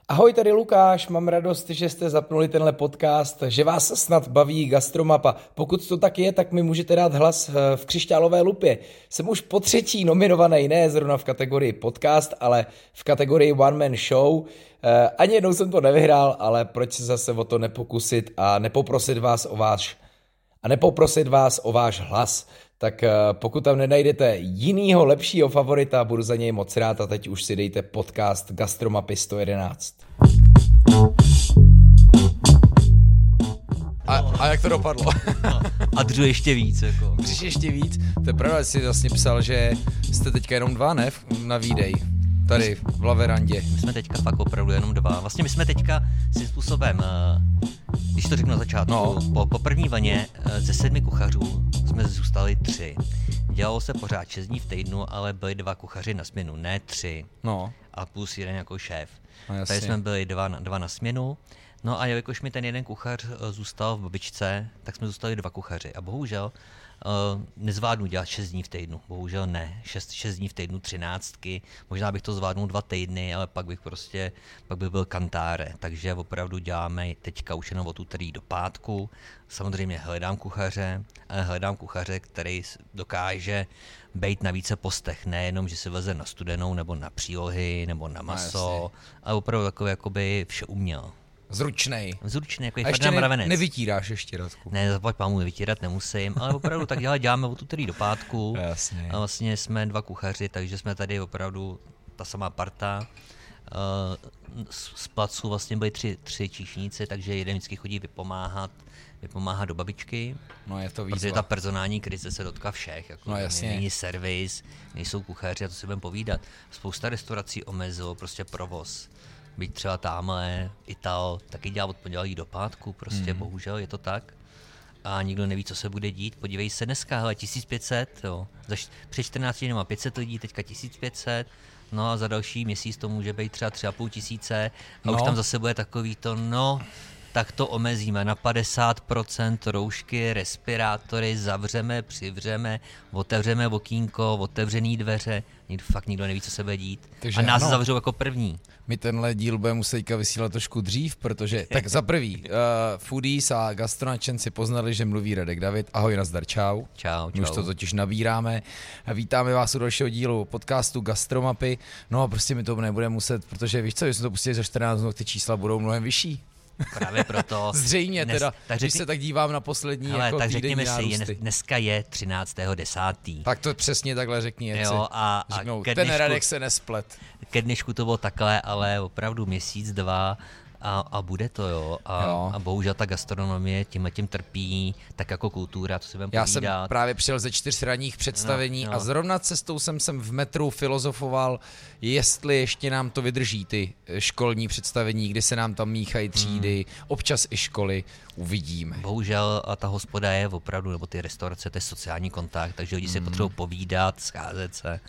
Ahoj, tady Lukáš, mám radost, že jste zapnuli tenhle podcast, že vás snad baví Gastromapa. Pokud to tak je, tak mi můžete dát hlas v křišťálové lupě. Jsem už po třetí nominovaný, ne zrovna v kategorii podcast, ale v kategorii One Man Show. Ani jednou jsem to nevyhrál, ale proč se zase o to nepokusit a nepoprosit vás o váš hlas. Tak pokud tam nenajdete jinýho lepšího favorita, budu za něj moc rád a teď už si dejte podcast Gastromapy 111. A jak to dopadlo? A dřu ještě víc. Jako. Dřeš ještě víc? To je pravda, jsi vlastně psal, že jste teďka jenom dva, ne? Na výdej. Tady v Laverandě. My jsme teďka fakt opravdu jenom dva. Vlastně my jsme teďka svým způsobem, když to řeknu na začátku, po první vaně ze 7 kuchařů jsme zůstali 3. Dělalo se pořád 6 dní v týdnu, ale byli 2 kuchaři na směnu, ne 3. No. A plus jeden jako šéf. No, tady jsme byli dva na směnu. No a jelikož mi ten jeden kuchař zůstal v babičce, tak jsme zůstali 2 kuchaři. A bohužel nezvládnu dělat 6 dní v týdnu. Bohužel ne. 6 dní v týdnu, 13. Možná bych to zvládnul 2 týdny, ale pak bych byl kantáre. Takže opravdu děláme teďka už jenom od úterý do pátku. Samozřejmě hledám kuchaře, který dokáže bejt na více postech. Nejenom, že se veze na studenou, nebo na přílohy, nebo na maso, ale opravdu takový jakoby vše uměl. Zručnej, jako a ještě nevytíráš ještě, Radku. Ne, zaplať pámu, nevytírat nemusím, ale opravdu tak děláme od úterý do pátku. Jasně. A vlastně jsme 2 kuchaři, takže jsme tady opravdu ta samá parta. Z placu vlastně byli 3 číšníci, takže jeden vždycky chodí vypomáhat do babičky. No je to výzva. Protože ta personální krize se dotkla všech. Jako no jasně. Není servis, nejsou kuchaři a to si budeme povídat. Spousta restaurací omezilo prostě provoz. Byť třeba tamhle Ital taky dělá od pondělí do pátku, prostě bohužel je to tak. A nikdo neví, co se bude dít. Podívej se dneska, hele, 1500, jo. Před 14 dny má 500 lidí, teďka 1500. No a za další měsíc to může být třeba 3500 a už tam zase bude takový to, tak to omezíme na 50%, roušky, respirátory, zavřeme, přivřeme, otevřeme okýnko, otevřený dveře, fakt nikdo neví, co se bude dít. Takže a nás zavřou jako první. My tenhle díl budeme muset vysílat trošku dřív, protože, tak za prvý, foodies a gastronačenci poznali, že mluví Radek David. Ahoj, nazdar, čau. Čau. My už to totiž nabíráme. Vítáme vás u dalšího dílu podcastu Gastromapy. No a prostě my to nebudeme muset, protože víš co, když jsme to pustili za 14 dnů, ty čísla budou mnohem vyšší. Právě proto. Zřejmě teda, když se tak dívám na poslední hele, jako tak týdenní řekněme nárůsty. Si, dneska je 13.10. Tak to přesně takhle řekni, jo, a řeknou, ten Radek se nesplet. Ke dnešku to bylo takhle, ale opravdu měsíc, 2 a bude to, jo. A bohužel ta gastronomie tím trpí, tak jako kultura, to si budeme povídat. Já jsem právě přijel ze 4 ranních představení a zrovna cestou jsem v metru filozofoval, jestli ještě nám to vydrží ty školní představení, kdy se nám tam míchají třídy, občas i školy, uvidíme. Bohužel ta hospoda je opravdu, nebo ty restaurace, to je sociální kontakt, takže lidi si potřebují povídat, scházet se.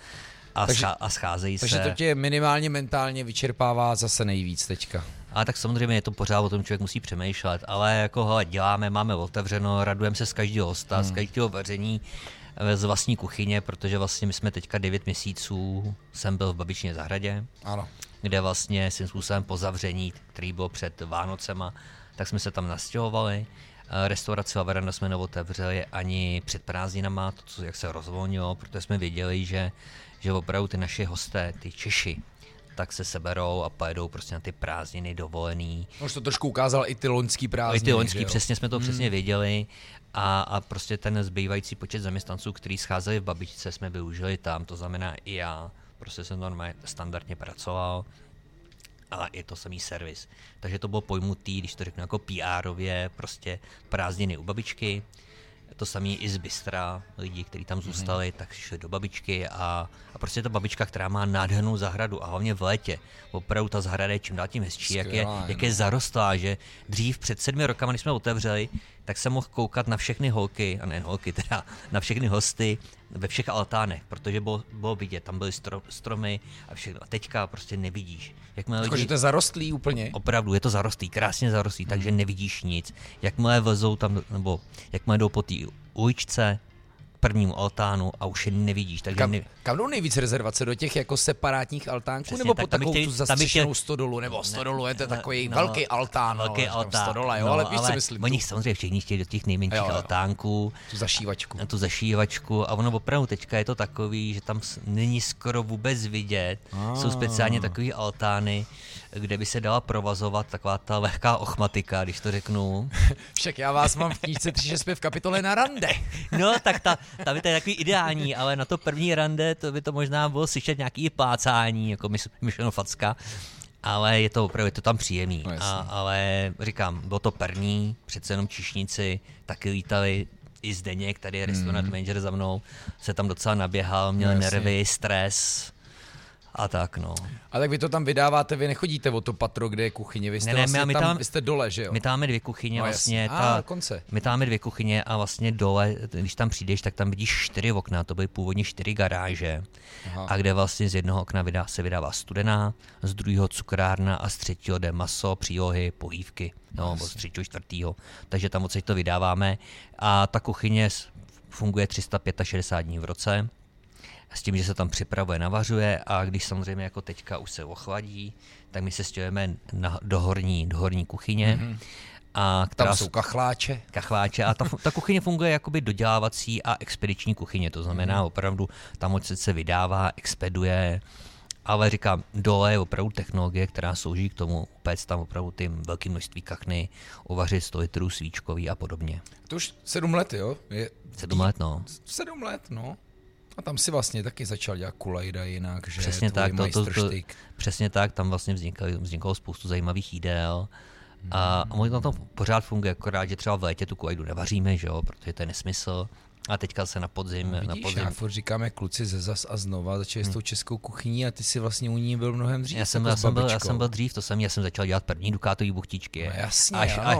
A scházejí se. Takže to tě minimálně mentálně vyčerpává zase nejvíc teďka. A tak samozřejmě je to pořád o tom, člověk musí přemýšlet, ale jako hele, děláme, máme otevřeno, radujeme se z každého hosta, z každého vaření z vlastní kuchyně, protože vlastně my jsme teďka 9 měsíců, jsem byl v Babičině zahradě, ano. Kde vlastně svým způsobem po zavření, který byl před Vánocema, tak jsme se tam nastěhovali. Restauraci Laveranda jsme neotevřeli ani před prázdninama, jak se rozvolnilo, protože jsme věděli, že opravdu ty naši hosté, ty Češi, tak se seberou a pojedou prostě na ty prázdniny dovolený. Už to trošku ukázal i ty loňský prázdniny. I ty loňský, přesně jsme to přesně věděli a prostě ten zbývající počet zaměstnanců, kteří scházeli v Babičce, jsme využili tam, to znamená i já, prostě jsem normálně standardně pracoval, ale i to samý servis. Takže to bylo pojmutý, když to řeknu jako PR-ově, prostě prázdniny u babičky. To samé i z Bystra, lidi, kteří tam zůstali, tak šli do babičky a prostě ta babička, která má nádhernou zahradu a hlavně v létě. Opravdu ta zahrada je čím dál tím hezčí, jak je zarostlá, že dřív před 7 rokama, když jsme otevřeli, tak jsem mohl koukat na všechny holky, a nejen holky teda, na všechny hosty ve všech altánech, protože bylo vidět, tam byly stromy a všechno. A teďka prostě nevidíš. Jakože to je zarostlý úplně? Opravdu, je to zarostlý, krásně zarostlý, takže nevidíš nic. Jakmile vlezou tam, nebo jakmile jdou po té uličce, prvnímu altánu a už je nevidíš. Takže kam jdou nejvíc rezervace? Do těch jako separátních altánků? Přesně, nebo po takovou tu zastřešenou stodolu? Nebo stodolu, je to takový velký altán. Velký altán. Stodola, jo, ale víš, co myslím. Oni samozřejmě všichni chtějí do těch nejmenších altánků. Tu zašívačku. A ono opravdu teďka je to takový, že tam není skoro vůbec vidět. Jsou speciálně takový altány, kde by se dala provazovat taková ta lehká ochmatika, když to řeknu. Však já vás mám v knížce 3, že jsme v kapitole na rande. No, tak ta by to je takový ideální, ale na to první rande to by to možná bylo slyšet nějaký plácání, jako myšleno facka. Ale je to opravdu, je to tam příjemný. No, ale říkám, bylo to první, přece jenom číšníci taky lítali, i Zdeněk, tady je restaurant manager za mnou, se tam docela naběhal, měl nervy, stres a tak, no. A tak vy to tam vydáváte, vy nechodíte o to patro, kde je kuchyně, vy jste, vy jste dole, že jo? My tam máme 2 kuchyně vlastně. Konce. My tam máme 2 kuchyně a vlastně dole, když tam přijdeš, tak tam vidíš 4 okna, to byly původně 4 garáže. Aha. A kde vlastně z jednoho okna se vydává studená, z druhého cukrárna a z třetího jde maso, přílohy, polívky, no, z 3., 4. Takže tam odsaď to vydáváme a ta kuchyně funguje 365 dní v roce. S tím, že se tam připravuje, navařuje a když samozřejmě jako teďka už se ochladí, tak my se stěhujeme do horní kuchyně. A tam jsou kachláče. A ta kuchyně funguje jakoby dodělávací a expediční kuchyně, to znamená opravdu tam se vydává, expeduje, ale říkám, dole je opravdu technologie, která slouží k tomu upéct tam opravdu ty velké množství kachny, uvařit 100 litrů svíčkový a podobně. To už 7 let, jo? 7 let, no. 7 let, no. A tam si vlastně taky začal dělat kulajda jinak, že přesně tak, přesně tak, tam vlastně vznikalo spoustu zajímavých jídel a možná to pořád funguje, akorát, že třeba v létě tu kulajdu nevaříme, že jo, protože to je nesmysl. A teďka se na podzim... Já furt říkáme kluci ze zas a znova, začali s tou českou kuchyní a ty si vlastně u ní byl mnohem dřív. Já jsem byl dřív, já jsem začal dělat první dukátový buchtičky. No jasně,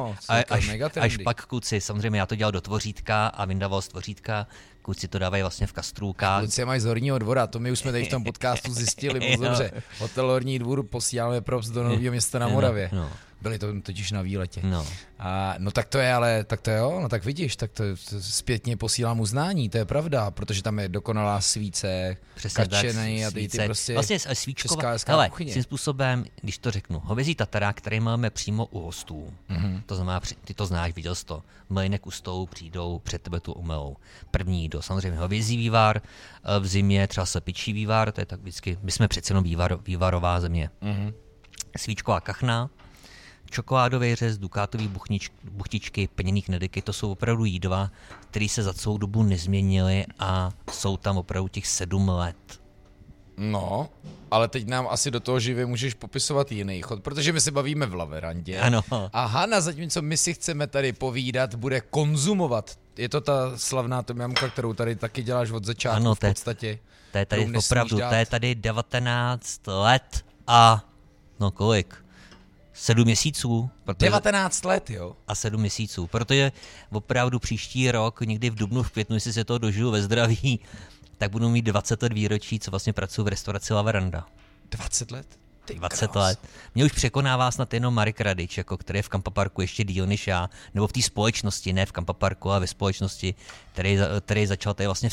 až pak kluci, samozřejmě já to dělal do tvořítka a vyndával z tvořítka, kluci to dávají vlastně v kastrůlkách. Kluci mají z Horního Dvora, to my už jsme tady v tom podcastu zjistili moc dobře. Hotel Horní Dvůr posíláme props do Nového Města na Moravě. No. Byli to totiž na výletě. No tak to je, ale tak to jo, no tak vidíš, tak to zpětně posílám uznání, to je pravda, protože tam je dokonalá svíce, kačenej a ty prostě vlastně svíčková, hele, tím způsobem, když to řeknu, hovězí tatara, který máme přímo u hostů, to znamená, ty to znáš, viděl jsi to, mlejnek u stolu přijdou, před tebe tu umelou. První jídlo, samozřejmě hovězí vývar, v zimě třeba slepičí vývar, to je tak vždycky, my jsme přece jenom vývarová země. Svíčková kachna, čokoládový řez, dukátový buchtičky, peněný knedlíky, to jsou opravdu jídla, které se za celou dobu nezměnily a jsou tam opravdu těch 7 let. No, ale teď nám asi do toho živě můžeš popisovat jiný chod, protože my se bavíme v Laverandě. Ano. A Hana, zatímco my si chceme tady povídat, bude konzumovat. Je to ta slavná tomjamka, kterou tady taky děláš od začátku, ano, v podstatě. To je tady opravdu, to je tady 19 let a no kolik? 7 měsíců. 19 let, jo. A 7 měsíců, protože opravdu příští rok, někdy v dubnu, v květnu, jestli se toho dožiju ve zdraví, tak budu mít 20 let výročí, co vlastně pracuji v restauraci La Veranda. 20 let? 20 let. Mě už překonává snad jenom Marek Radič, jako který je v Kampa Parku ještě díl než já, nebo v té společnosti, ne v Kampa Parku, ale ve společnosti, který začal tady vlastně v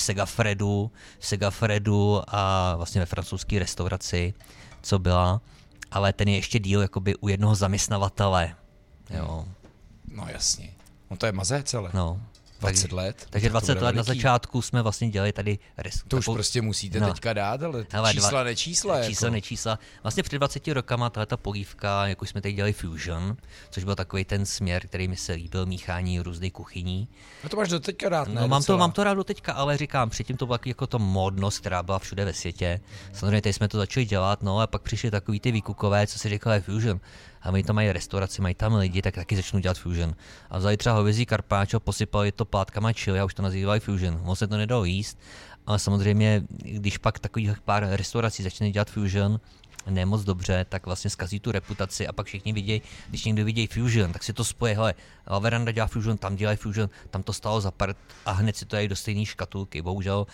Segafredu a vlastně ve francouzské restauraci, co byla. Ale ten je ještě díl jakoby u jednoho zaměstnavatele. Jo. No jasně. No to je mazé celé. No. 20 let. Takže 20 let na začátku jsme vlastně dělali tady to už prostě musíte teďka dát, ale čísla nečísla. Čísla nečísla. Vlastně před 20 rokama tato polívka, jako jsme tady dělali fusion, což byl takový ten směr, který mi se líbil, míchání různých kuchyní. No to máš do teďka rád, ne? No mám to rád do teďka, ale říkám, předtím to byla jako to módnost, která byla všude ve světě. Samozřejmě teď jsme to začali dělat, no a pak přišli takový ty výkukové, co si říkali fusion. A oni tam mají restauraci, mají tam lidi, tak taky začnou dělat fusion. A vzali třeba hovězí carpaccio, posypali to plátkama chili a už to nazývali fusion. Moc se to nedalo jíst, ale samozřejmě, když pak takových pár restaurací začne dělat fusion, ne moc dobře, tak vlastně zkazí tu reputaci a pak všichni vidějí, když někdo vidí fusion, tak si to spojí, hele, La Veranda dělá fusion, tam dělají fusion, tam to stalo za part a hned si to dají do stejné škatulky. Bohužel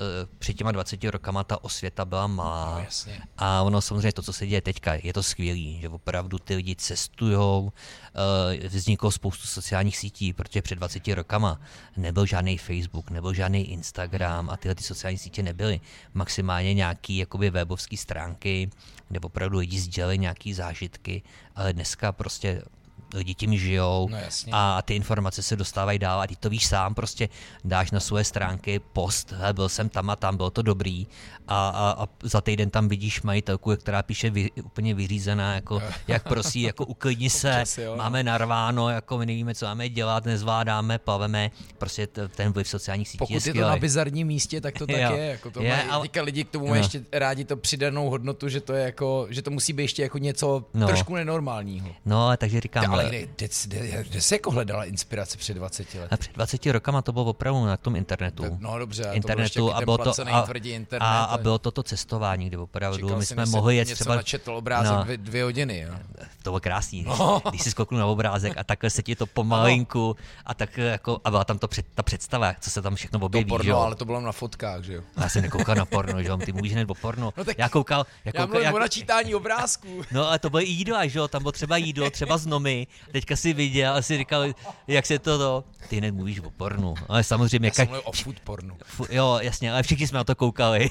před těma 20 rokama ta osvěta byla malá. No, jasně. A ono samozřejmě to, co se děje teďka, je to skvělý, že opravdu ty lidi cestujou, vzniklo spoustu sociálních sítí, protože před 20 rokama nebyl žádný Facebook, nebyl žádný Instagram a tyhle ty sociální sítě nebyly. Maximálně nějaký jakoby webovský stránky, kde opravdu lidi sdělili nějaký zážitky, ale dneska prostě lidi tím žijou No, jasně. a ty informace se dostávají dál a ty to víš sám, prostě dáš na svoje stránky post, hele, byl jsem tam a tam, bylo to dobrý a za týden tam vidíš majitelku, která píše úplně vyřízená, jako, jak prosí, jako uklidni se, Občas, jo. máme narváno, jako my nevíme, co máme dělat, nezvládáme, plaveme, prostě ten vliv sociálních sítí Pokud je je to skvělý. na bizarním místě, tak to tak Jo. je. Jako to Je, mají, ale- teďka lidi k tomu mají ještě rádi to přidanou hodnotu, že to je jako, že to musí být ještě jako něco trošku nenormálního. No, ale takže říkám, Ale kde se jako hledala inspirace před 20 lety? a před 20 rokama to bylo opravdu na tom internetu. No dobře, internetu a bylo to tvrdý internet. a bylo to cestování, kde opravdu Čekal my si, jsme než se mohli jet něco třeba načetl obrázek No. 2 hodiny, jo. to bylo krásný, když si skoknul na obrázek a takhle se ti to pomalinku a tak jako, a byla tam ta představa, co se tam všechno To objeví, že porno, jo. ale to bylo na fotkách, že jo. Já jsem nekoukal na porno, že jo, ty mluvíš hned o porno. No tak já koukal, Já mluvím o načítání obrázků. No ale to bylo i jídla, že jo, tam bylo třeba jídlo, třeba z Nomy, teďka si viděl a si říkal, jak se to, ty hned mluvíš o pornu, ale samozřejmě, Já jsem mluvil o food pornu. Jo, jasně, ale všichni jsme na to koukali.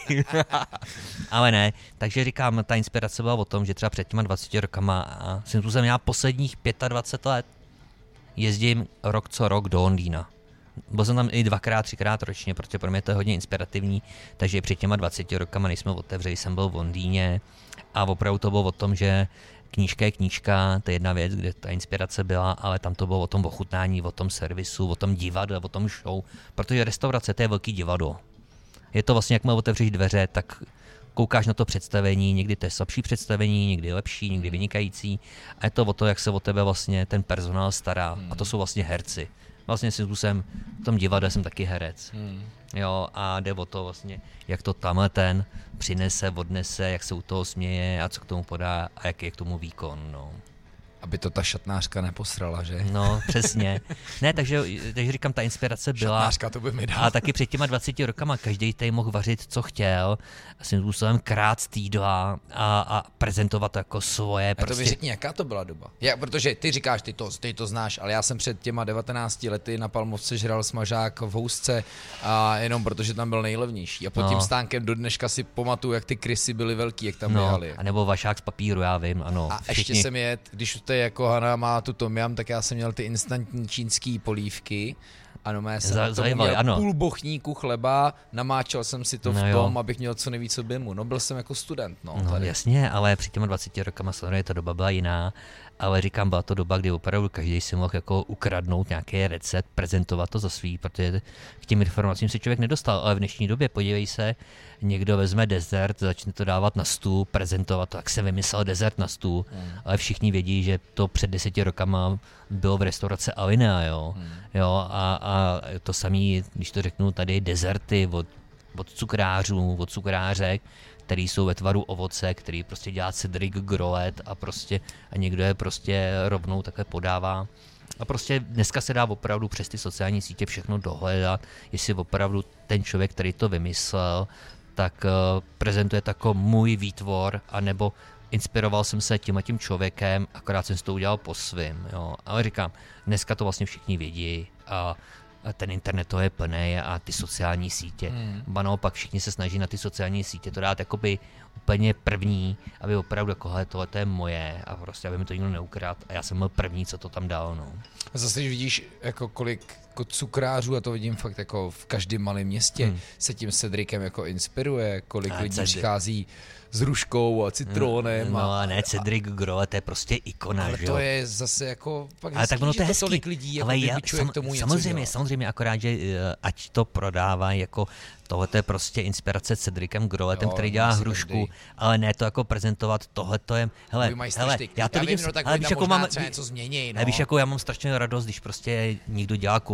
Ale ne, takže říkám, ta inspirace byla o tom, že třeba před těma 20 rokama a jsem tu měl posledních 25 let jezdím rok co rok do Londýna. Byl jsem tam i 2x, 3x ročně, protože pro mě to je hodně inspirativní, takže před těma 20 rokama, než jsme otevřeli, jsem byl v Londýně a opravdu to bylo o tom, že knížka je knížka, to je jedna věc, kde ta inspirace byla, ale tam to bylo o tom ochutnání, o tom servisu, o tom divadle, o tom show, protože restaurace to je velký divadlo. Je to vlastně, jakmile otevřeš dveře, tak koukáš na to představení, někdy to je slabší představení, někdy lepší, někdy vynikající a je to o to, jak se o tebe vlastně ten personál stará a to jsou vlastně herci. Vlastně si jsem v tom divadle jsem taky herec. Jo, a jde o to vlastně, jak to tamhle ten přinese, odnese, jak se u toho směje a co k tomu podá a jaký je k tomu výkon, no. Aby to ta šatnářka neposrala, že? No, přesně. Ne, takže říkám, ta inspirace byla. Šatnářka to by mi dala. A taky před těma 20 rokama každý tady mohl vařit, co chtěl, a svým způsobem krát jídla a prezentovat jako svoje. A to mi řekni, jaká to byla doba. Protože ty říkáš, ty to znáš, ale já jsem před těma 19 lety na Palmovce žral smažák v housce a jenom protože tam byl nejlevnější. A pod tím stánkem do dneška si pamatuju, jak ty krysy byly velký, jak tam běhali. A nebo vašák z papíru, já vím, ano. A ještě jsem když to je jako Hana má tu tom yum, tak já jsem měl ty instantní čínský polívky. Ano, já jsem měl půl bochníku chleba, namáčel jsem si to v tom, abych měl co nejvíc objemu. No byl jsem jako student. No jasně, ale před těma 20 rokama samozřejmě ta doba byla jiná, ale říkám, byla to doba, kdy opravdu každý si mohl jako ukradnout nějaký recept, prezentovat to za svý, protože k těm informacím se člověk nedostal, ale v dnešní době, podívej se, někdo vezme dezert, začne to dávat na stůl, prezentovat to, jak se vymyslel dezert na stůl, ale všichni vědí, že to před 10 rokama bylo v restauraci Alinea, jo. Jo, a to samé, když to řeknu, tady dezerty od cukrářů, od cukrářek, který jsou ve tvaru ovoce, který prostě dělá Cedric Grolet a někdo je prostě rovnou takhle podává. A prostě dneska se dá opravdu přes ty sociální sítě všechno dohledat, jestli opravdu ten člověk, který to vymyslel, tak prezentuje to jako můj výtvor, anebo inspiroval jsem se tím člověkem, akorát jsem si to udělal po svým. Jo. Ale říkám, dneska to vlastně všichni vědí a ten internet to je plný a ty sociální sítě. Ba naopak všichni se snaží na ty sociální sítě to dát jakoby úplně první, aby opravdu jako tohle je moje a prostě aby mi to nikdo neukradl a já jsem byl první, co to tam dal. No. A zase vidíš, jako kolik jako cukrářů, a to vidím fakt jako v každém malém městě, se tím Cedricem jako inspiruje, kolik lidí přichází s ruškou a citrónem. No a ne, Cedric Grolet, to je prostě ikona, ale že to jo? je zase jako pak ale tak ono to je hezký. Tolik lidí jako vybičuje k tomu samozřejmě, akorát, že ať to prodává jako tohle je prostě inspirace Cedricem Groletem, který dělá hrušku, ale ne to jako prezentovat, tohle to je, hele, já to vidím, ale víš, jako mám něco změní, víš, jako já mám strašně radost, když prostě někdo dělá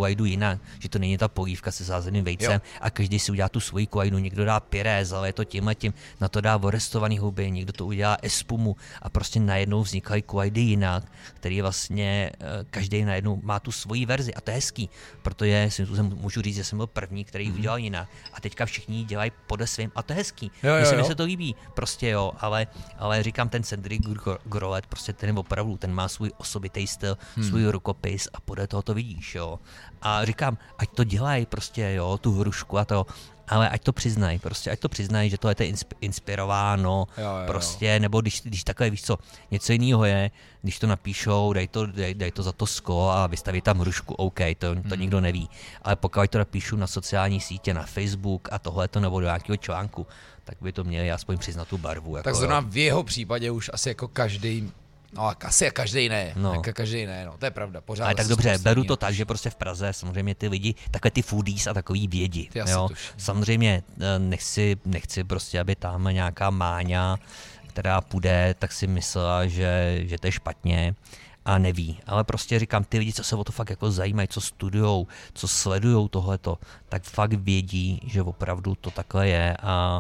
kuajdu jinak, že to není ta polívka se sázeným vejcem a každý si udělá tu svoji kuajdu, někdo dá pyré, ale je to tímhletím, na to dá orestovaný huby, někdo to udělá espumu a prostě najednou vznikají kuajdy jinak, který vlastně každý najednou má tu svoji verzi a to je hezký, protože můžu říct, že jsem byl první, který udělal jinak a teďka všichni dělají podle svým a to je hezký. Mně se to líbí, prostě jo, ale říkám, ten Cedric Grolet, prostě ten opravdu, ten má svůj osobitý styl, svůj rukopis a podle toho to vidíš, jo. A říkám, ať to dělají prostě, jo, tu hrušku a to, ale ať to přiznají, že to je inspirováno, prostě, nebo když takhle, víš co, něco jiného je, když to napíšou, dej to za to sko a vystaví tam hrušku, OK, to nikdo neví, ale pokud to napíšu na sociální sítě, na Facebook a tohleto, nebo do nějakého článku, tak by to měli aspoň přiznat tu barvu. Jako, tak zrovna v jeho případě už asi jako každý. No asi každý ne, to je pravda. Pořád. Ale tak dobře, beru to tak, že prostě v Praze samozřejmě ty lidi, takové ty foodies a takový vědí. Jo? Samozřejmě nechci prostě, aby tam nějaká Máňa, která půjde, tak si myslela, že to je špatně a neví. Ale prostě říkám, ty lidi, co se o to fakt jako zajímají, co studujou, co sledujou tohleto, tak fakt vědí, že opravdu to takhle je a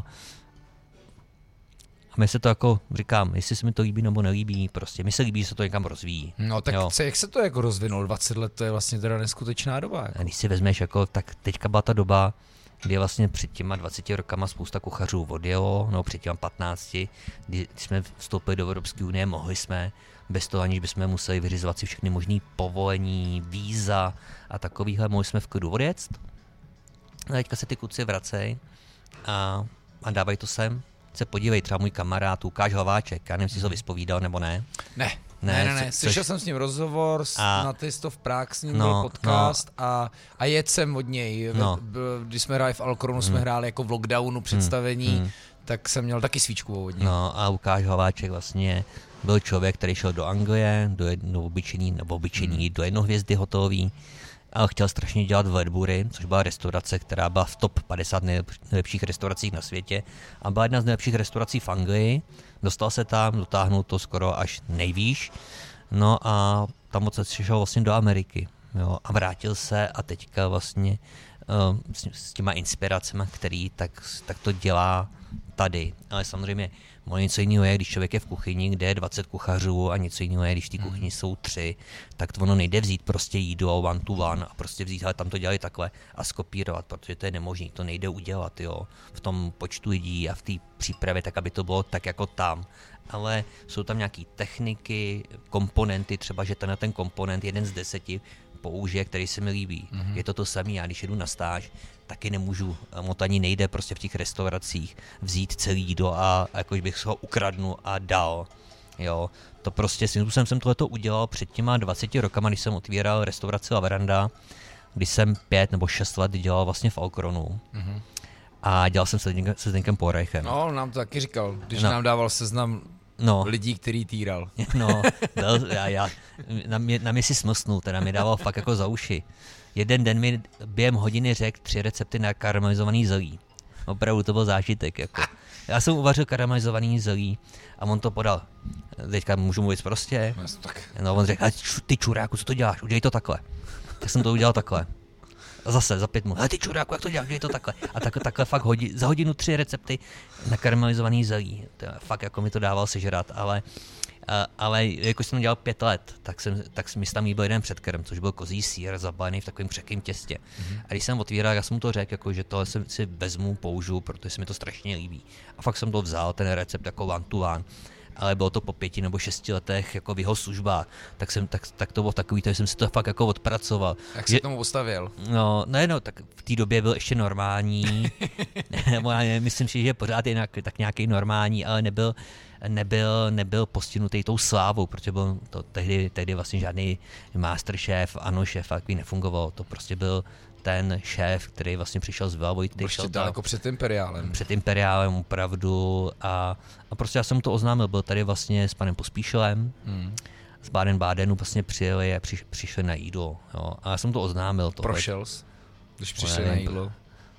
my se to jako říkám, jestli se mi to líbí nebo nelíbí, prostě mi se líbí, že se to někam rozvíjí. No tak jak se to jako rozvinulo? 20 let, to je vlastně teda neskutečná doba. Jako. A když si vezmeš, jako, tak teďka byla ta doba, kdy vlastně před těma 20 rokama spousta kuchařů odjelo, no před těma 15, kdy jsme vstoupili do Evropské unie, mohli jsme, bez toho aniž bychom museli vyřizovat si všechny možný povolení, víza a takovýhle, mohli jsme v klidu odjet. A teďka se ty kluci vracejí a dávají to sem. Se podívej, třeba můj kamarád Lukáš Hlaváček, já nevím, jestli jsi ho vyspovídal nebo ne. Ne. Slyšel jsem s ním rozhovor, na Taste of Prague s ním byl podcast a jet jsem od něj. Když jsme hráli v Alcoronu, jsme hráli jako v lockdownu představení, tak jsem měl taky svíčku od něj. No a Lukáš Hlaváček vlastně byl člověk, který šel do Anglie, do obyčejný, do jednohvězdy hotelový, ale chtěl strašně dělat v Ledbury, což byla restaurace, která byla v top 50 nejlepších restauracích na světě a byla jedna z nejlepších restaurací v Anglii. Dostal se tam, dotáhnul to skoro až nejvýš, no a tam se šel vlastně do Ameriky, jo, a vrátil se a teďka vlastně s těma inspiracemi, který tak to dělá tady, ale samozřejmě něco jiného je, když člověk je v kuchyni, kde je 20 kuchařů a něco jiného je, když v té kuchyni jsou 3, tak to ono nejde vzít prostě jídlo one to one a prostě vzít, ale tam to dělali takhle a skopírovat, protože to je nemožné, to nejde udělat, jo, v tom počtu lidí a v té přípravě, tak aby to bylo tak jako tam. Ale jsou tam nějaké techniky, komponenty, třeba, že ten komponent 1 z 10 použije, který se mi líbí. Je to samé, já když jedu na stáž, taky nemůžu, to ani nejde prostě v těch restauracích vzít celý jídlo a jakož bych ho ukradnu a dal. Jo, to prostě jsem tohleto udělal před těma 20 rokama, když jsem otvíral restauraci La Veranda, když jsem 5 nebo 6 let dělal vlastně v Alcoronu. A dělal jsem se Zdeňkem Pohreichem. No, nám to taky říkal, když nám dával seznam lidí, který týral. No, na mě si smlsnul, teda mi dával fakt jako za uši. Jeden den mi během hodiny řekl 3 recepty na karamelizovaný zelí. Opravdu to byl zážitek. Jako. Já jsem uvařil karamelizovaný zelí a on to podal. Teďka můžu mluvit prostě. No, on řekl, ty čuráku, co to děláš? Udělej to takhle. Tak jsem to udělal takhle. A zase za 5 minut, ty čuráku, jak to děláš? Udělej to takhle. A takhle fakt za hodinu 3 recepty na karamelizovaný zelí. To fakt jako mi to dával sežrat, ale jakož jsem dělal 5 let, tak mi tam jíbil jeden předkrm, což byl kozí sýr zabalený v takovém křehkém těstě. A když jsem otvíral, já jsem mu to řekl, jako, že tohle si vezmu, použiju, protože se mi to strašně líbí. A fakt jsem to vzal, ten recept jako one to one. Ale bylo to po 5 nebo 6 letech jako v jeho službách, tak to bylo takový, že jsem si to fakt jako odpracoval. Jak jsi k tomu postavil? No, tak v té době byl ještě normální, nebo já myslím si, že pořád je tak nějaký normální, ale nebyl postihnutý tou slávou, protože byl to tehdy vlastně žádný Masterchef, ano, šéf, takový nefungoval, to prostě byl ten šéf, který vlastně přišel z Vila Vojty. Prostě daleko před Imperiálem. Před Imperiálem, opravdu. A prostě já jsem to oznámil, byl tady vlastně s panem Pospíšilem, z Baden-Badenu vlastně přijeli a přišli na jídlo. Jo. A já jsem to oznámil. Prošel jsi, když přišli na jídlo?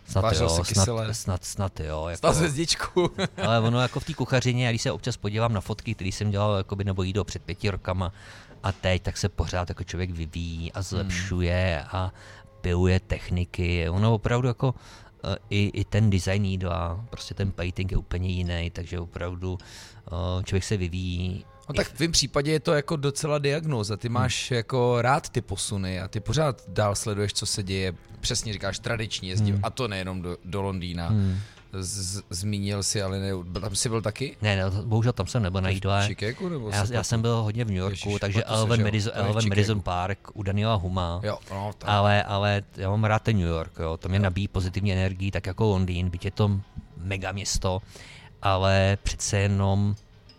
Snad jo. Jako, hvězdičku. Ale ono jako v té kuchařině, když se občas podívám na fotky, které jsem dělal jakoby, nebo jídlo před 5 rokama a teď, tak se pořád jako člověk vyvíjí a zlepšuje a inspiruje techniky, ono opravdu jako i ten design jídla, prostě ten plating je úplně jiný, takže opravdu člověk se vyvíjí. No tak v tvém případě je to jako docela diagnóza, ty máš jako rád ty posuny a ty pořád dál sleduješ, co se děje, přesně říkáš tradiční jezdím, a to nejenom do Londýna. Zmínil jsi, ale ne, tam jsi byl taky? Ne, bohužel tam jsem nebyl na jídle. V Chicagu, nebo já jsem byl hodně v New Yorku, takže Elven Madison Park u Daniela Huma. Jo, no, ale já mám rád ten New York, jo. To mě nabíjí pozitivní energii, tak jako Londýn, byť je to mega město, ale přece jenom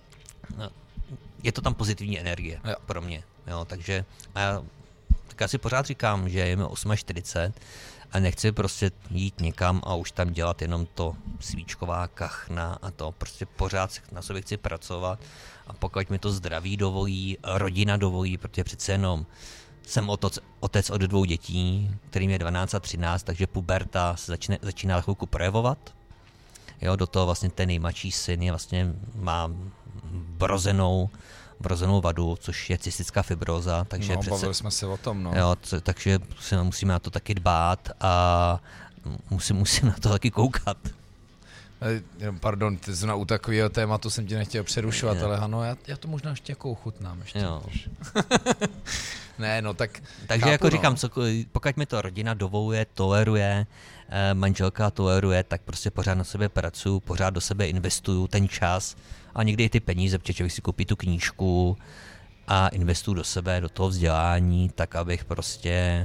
je to tam pozitivní energie pro mě. Jo, takže tak já si pořád říkám, že je mi 48 a nechci prostě jít někam a už tam dělat jenom to svíčková kachna a to. Prostě pořád na sobě chci pracovat a pokud mi to zdraví dovolí, rodina dovolí, protože přece jenom jsem otec od 2 dětí, kterým je 12 a 13, takže puberta se začíná na chvilku projevovat. Jo, do toho vlastně ten nejmladší syn je vlastně má vrozenou vadu, což je cystická fibróza, takže bavili jsme se o tom, no. Jo, takže musíme na to taky dbát a musím na to taky koukat. Pardon, ty zrovna u takového tématu jsem tě nechtěl přerušovat, ale ano, já to možná ještě jako ochutnám. Ještě. Jo. Ne, no tak takže chápu, jako říkám, pokud mi to rodina dovoluje, toleruje, manželka toleruje, tak prostě pořád na sebe pracuju, pořád do sebe investuju ten čas a někdy i ty peníze, protože člověk si koupí tu knížku a investuju do sebe, do toho vzdělání, tak abych prostě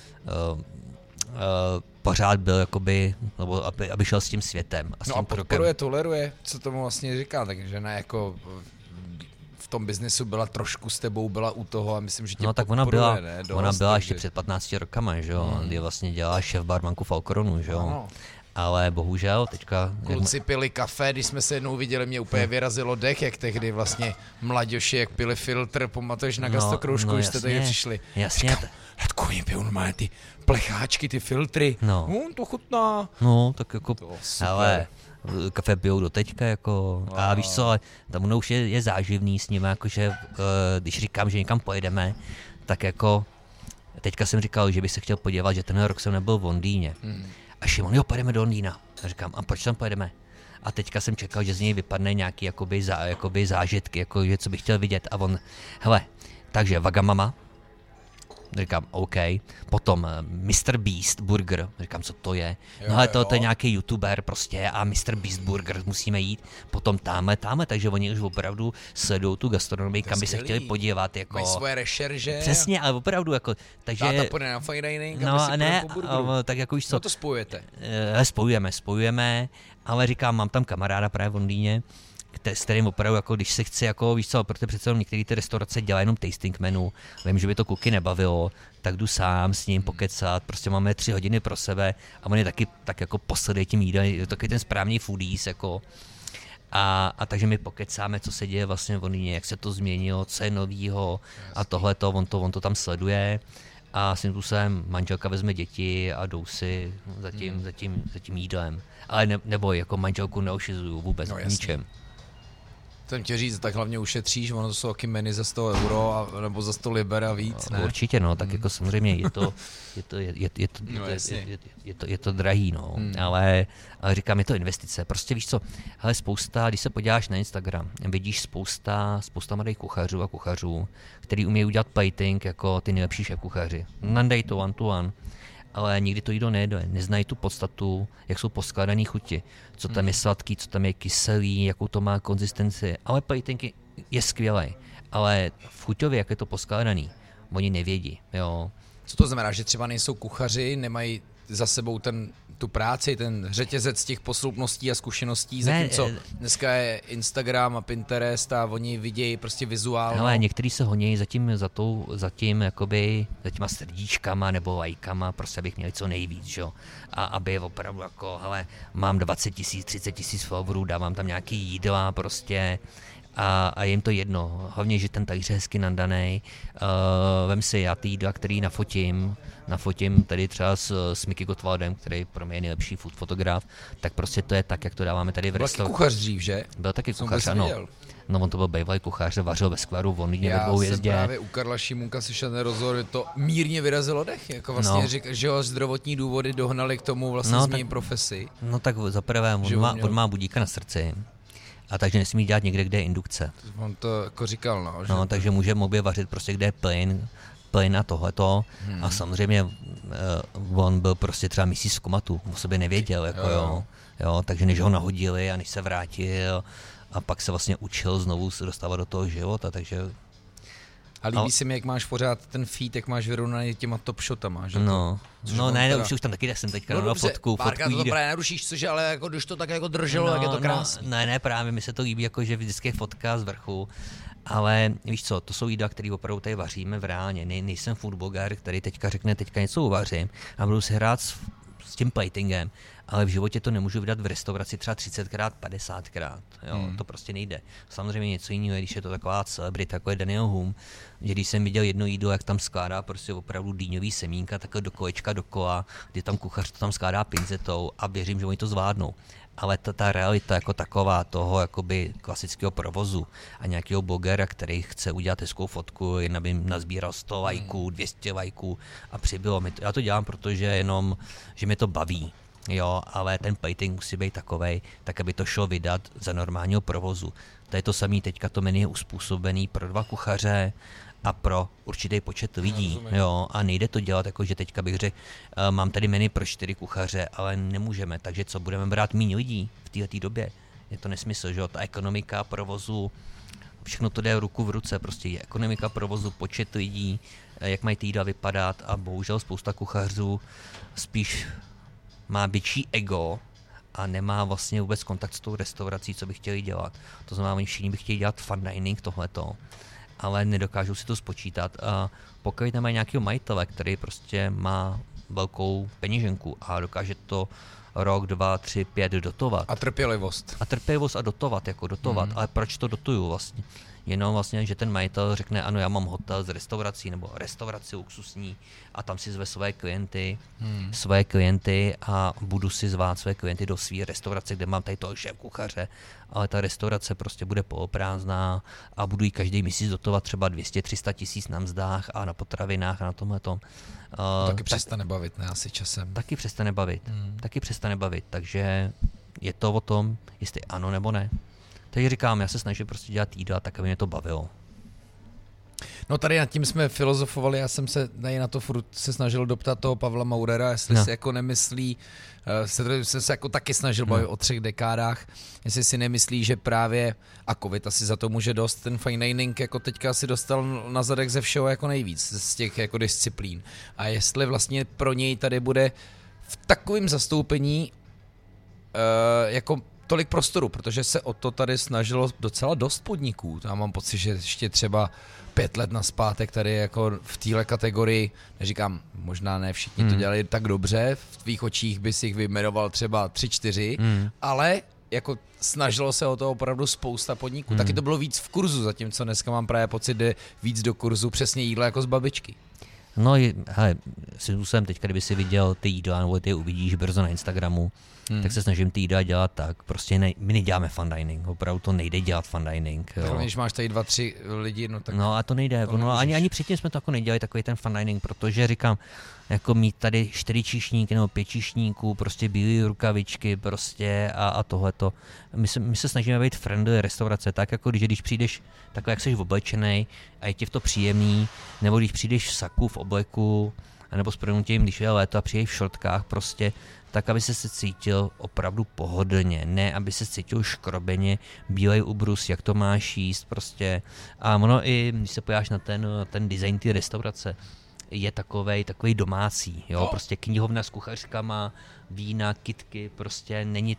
pořád byl jakoby, nebo aby šel s tím světem. A s tím a podporuje, toleruje, co tomu vlastně říká, takže ne jako v tom biznesu byla trošku s tebou, byla u toho a myslím, že tě no tak ona byla ještě před 15 rokama, že jo, kdy vlastně dělala šéf barmanku v Alcoronu, že jo. No. Ale bohužel teďka... Kluci pili kafe, když jsme se jednou viděli, mě úplně vyrazilo dech, jak tehdy vlastně mladěši, jak pili filtr, pamatuješ na Gastokroužku, když jste tady přišli. Jasně. Radko, oni pijou normálně ty plecháčky, ty filtry. To chutná. No, tak jako, ale kafe pijou do teďka, jako, a víš co, ale tam už je záživný s nimi, jakože, když říkám, že někam pojedeme, tak jako, teďka jsem říkal, že bych se chtěl podívat, že tenhle rok jsem nebyl v Londýně. A Šimon, jo, pojedeme do Londýna. A říkám, a proč tam pojedeme? A teďka jsem čekal, že z něj vypadne nějaký jakoby zážitky, jako, že co bych chtěl vidět. A on, hele, takže Wagamama, říkám, OK. Potom Mr. Beast Burger, říkám, co to je. No ale to je nějaký youtuber prostě a Mr. Beast Burger musíme jít. Potom táme, takže oni už opravdu sledují tu gastronomii, kam by se chtěli podívat. Jako, mají svoje rešerže. Přesně, ale opravdu, jako, takže... Táta půjde na fine dining, no, aby si ne, po burgeru. tak jako už co... No to spojujete. Spojujeme, ale říkám, mám tam kamaráda právě v Londýně, s kterým opravdu, jako, když se chci, jako, víš co, protože přece některé ty restaurace dělají jenom tasting menu, vím, že by to kluky nebavilo, tak jdu sám s ním pokecat, prostě máme 3 hodiny pro sebe a on je taky tak jako posleduje tím jídlem, je to taky ten správný foodies, jako. A takže my pokecáme, co se děje vlastně v Londýně, jak se to změnilo, co je novýho a tohleto, on to tam sleduje. A s tím způsobem manželka vezme děti a jdou si za tím jídlem. Ale nebo jako manželku neošizuju vůbec ničem. Jsem tě říct, tak hlavně ušetříš, ono to jsou taky menu za 100 euro nebo za 100 liber a víc, ne? Určitě, no, tak jako samozřejmě je to drahý, no, ale říkám, je to investice, prostě víš co, hele, když se podíváš na Instagram, vidíš spousta mladých kuchařů, který umějí udělat plating jako ty nejlepší šéfkuchaři, nandají to one to one, ale nikdy to jídlo nejde, neznají tu podstatu, jak jsou poskládaný chuti, co tam je sladký, co tam je kyselý, jakou to má konzistenci, ale plating je skvělý, ale v chuťově, jak je to poskládaný, oni nevědí, jo. Co to znamená, že třeba nejsou kuchaři, nemají za sebou tu práci, ten řetězec těch posloupností a zkušeností, zatímco dneska je Instagram a Pinterest a oni vidějí prostě vizuálně. Ale někteří se honí za těma srdíčkama nebo lajkama, prostě abych měl co nejvíc, že? A aby opravdu jako, hele, mám 20 000, 30 000 followerů, dávám tam nějaký jídla prostě, a je jim to jedno, hlavně, že ten talíř je hezky nandanej. Vem si, já ty jídla, který nafotím tady třeba s Mickey Gottwaldem, který pro mě je nejlepší food fotograf, tak prostě to je tak, jak to dáváme tady v restauraci. Byl taky kuchař dřív, že? Byl taky kuchař, ano. No on to byl bývalý kuchař, vařil ve skvaru, on jde ve Já dvou jsem jezdě. právě u Karla Šimůnka slyšel ten rozhovor, to mírně vyrazilo dech, jako vlastně říkal, že ho zdravotní důvody dohnali k tomu vlastně změnit profesi. No tak zaprvé, on má budíka na srdci. A takže nesmí dělat někde, kde je indukce. On to jako říkal, no. Že... No, takže může obě vařit prostě, kde je plyn a tohleto. A samozřejmě on byl prostě třeba měsíc v komatu, o sobě nevěděl, jako jo. Takže než ho nahodili a než se vrátil a pak se vlastně učil znovu se dostávat do toho života, takže... A líbí se mi, jak máš pořád ten feed, jak máš vyrovnaný těma top shotama, že no. No ne, teda... už tam taky jsem teďka na fotku. Párkrát to právě nerušíš, cože, ale jako, když to tak jako drželo, tak je to krásný. Ne, právě mi se to líbí, jako, že vždycky je fotka z vrchu, ale víš co, to jsou jídla, které opravdu tady vaříme v reálně. Nejsem food blogger, který teďka řekne, teďka něco uvařím a budu si hrát s tím platingem, ale v životě to nemůžu vydat v restauraci třeba 30krát, 50krát. Jo, to prostě nejde. Samozřejmě něco jiného, když je to taková celebrita, jako je Daniel Humm, že když jsem viděl jedno jídlo, jak tam skládá prostě opravdu dýňový semínka, takhle do kolečka dokola, kdy tam kuchař to tam skládá pinzetou a věřím, že oni to zvládnou. Ale ta realita jako taková toho jakoby klasického provozu a nějakého blogera, který chce udělat hezkou fotku, jen aby nazbíral 100 lajků, 200 lajků a přibylo. Já to dělám, protože jenom, že mě to baví. Jo, ale ten plating musí být takovej, tak aby to šlo vydat za normálního provozu. To je to samé, teďka to menu je uspůsobený pro 2 kuchaře a pro určitý počet lidí. Jo, a nejde to dělat, jako že teďka bych řekl, mám tady menu pro 4 kuchaře, ale nemůžeme, takže co, budeme brát méně lidí v této době? Je to nesmysl, že jo, ta ekonomika provozu, všechno to jde ruku v ruce, prostě je ekonomika provozu, počet lidí, jak mají ty jídla vypadat a bohužel spousta kuchařů spíš má větší ego a nemá vlastně vůbec kontakt s tou restaurací, co by chtěli dělat. To znamená, oni všichni by chtěli dělat fine dining, tohleto, ale nedokážou si to spočítat. A pokud nemají nějakého majitele, který prostě má velkou peněženku a dokáže to rok, 2, 3, 5 dotovat. A trpělivost. A dotovat, ale proč to dotuju vlastně? Jenom vlastně, že ten majitel řekne, ano, já mám hotel s restaurací nebo restauraci luxusní a tam si zve své klienty a budu si zvát své klienty do své restaurace, kde mám tady toho šéf kuchaře, ale ta restaurace prostě bude poloprázdná a budu jí každý měsíc dotovat třeba 200-300 tisíc na mzdách a na potravinách a na tomhletom. Taky přestane bavit, ne asi časem. Taky přestane bavit, takže je to o tom, jestli ano nebo ne. Takže říkám, já se snažím prostě dělat jídla tak, aby mě to bavilo. No tady nad tím jsme filozofovali, já jsem se na to furt se snažil doptat toho Pavla Maurera, jestli si jako nemyslí, jsem se jako taky snažil bavit o 3 dekádách, jestli si nemyslí, že právě, a covid asi za to může dost, ten fine dining jako teďka si dostal na zadek ze všeho jako nejvíc, z těch jako disciplín. A jestli vlastně pro něj tady bude v takovém zastoupení jako tolik prostoru, protože se o to tady snažilo docela dost podniků. Já mám pocit, že ještě třeba 5 let nazpátek tady jako v téhle kategorii, neříkám, možná ne všichni to dělali tak dobře, v tvých očích by si jich vyjmenoval třeba 3-4, ale jako snažilo se o to opravdu spousta podniků. Taky to bylo víc v kurzu, zatímco dneska mám právě pocit, jde víc do kurzu přesně jídla jako z babičky. No, hele, jsem teďka, kdyby si viděl ty jídla, nebo ty uvidíš brzo na Instagramu, tak se snažím ty jídla dělat tak. Prostě my neděláme fine dining, opravdu to nejde dělat fine dining. Jo. Když máš tady 2-3 lidi, no tak... No a to nejde, ani předtím jsme to jako nedělali takový ten fine dining, protože říkám, jako mít tady 4 číšníky nebo 5 číšníků, prostě bílé rukavičky prostě a tohleto. My se snažíme být friendly restaurace, tak jako když přijdeš takhle, jak jsi oblečenej a je ti v to příjemný, nebo když přijdeš v saku, v obleku, nebo s proměnutím, když je léto a přijdeš v šortkách prostě, tak aby se cítil opravdu pohodlně, ne aby se cítil škrobeně, bílej ubrus, jak to máš jíst prostě. A ono i, když se podíváš na ten design té restaurace, je takovej domácí, jo, prostě knihovna s kuchařkama, vína, kytky, prostě není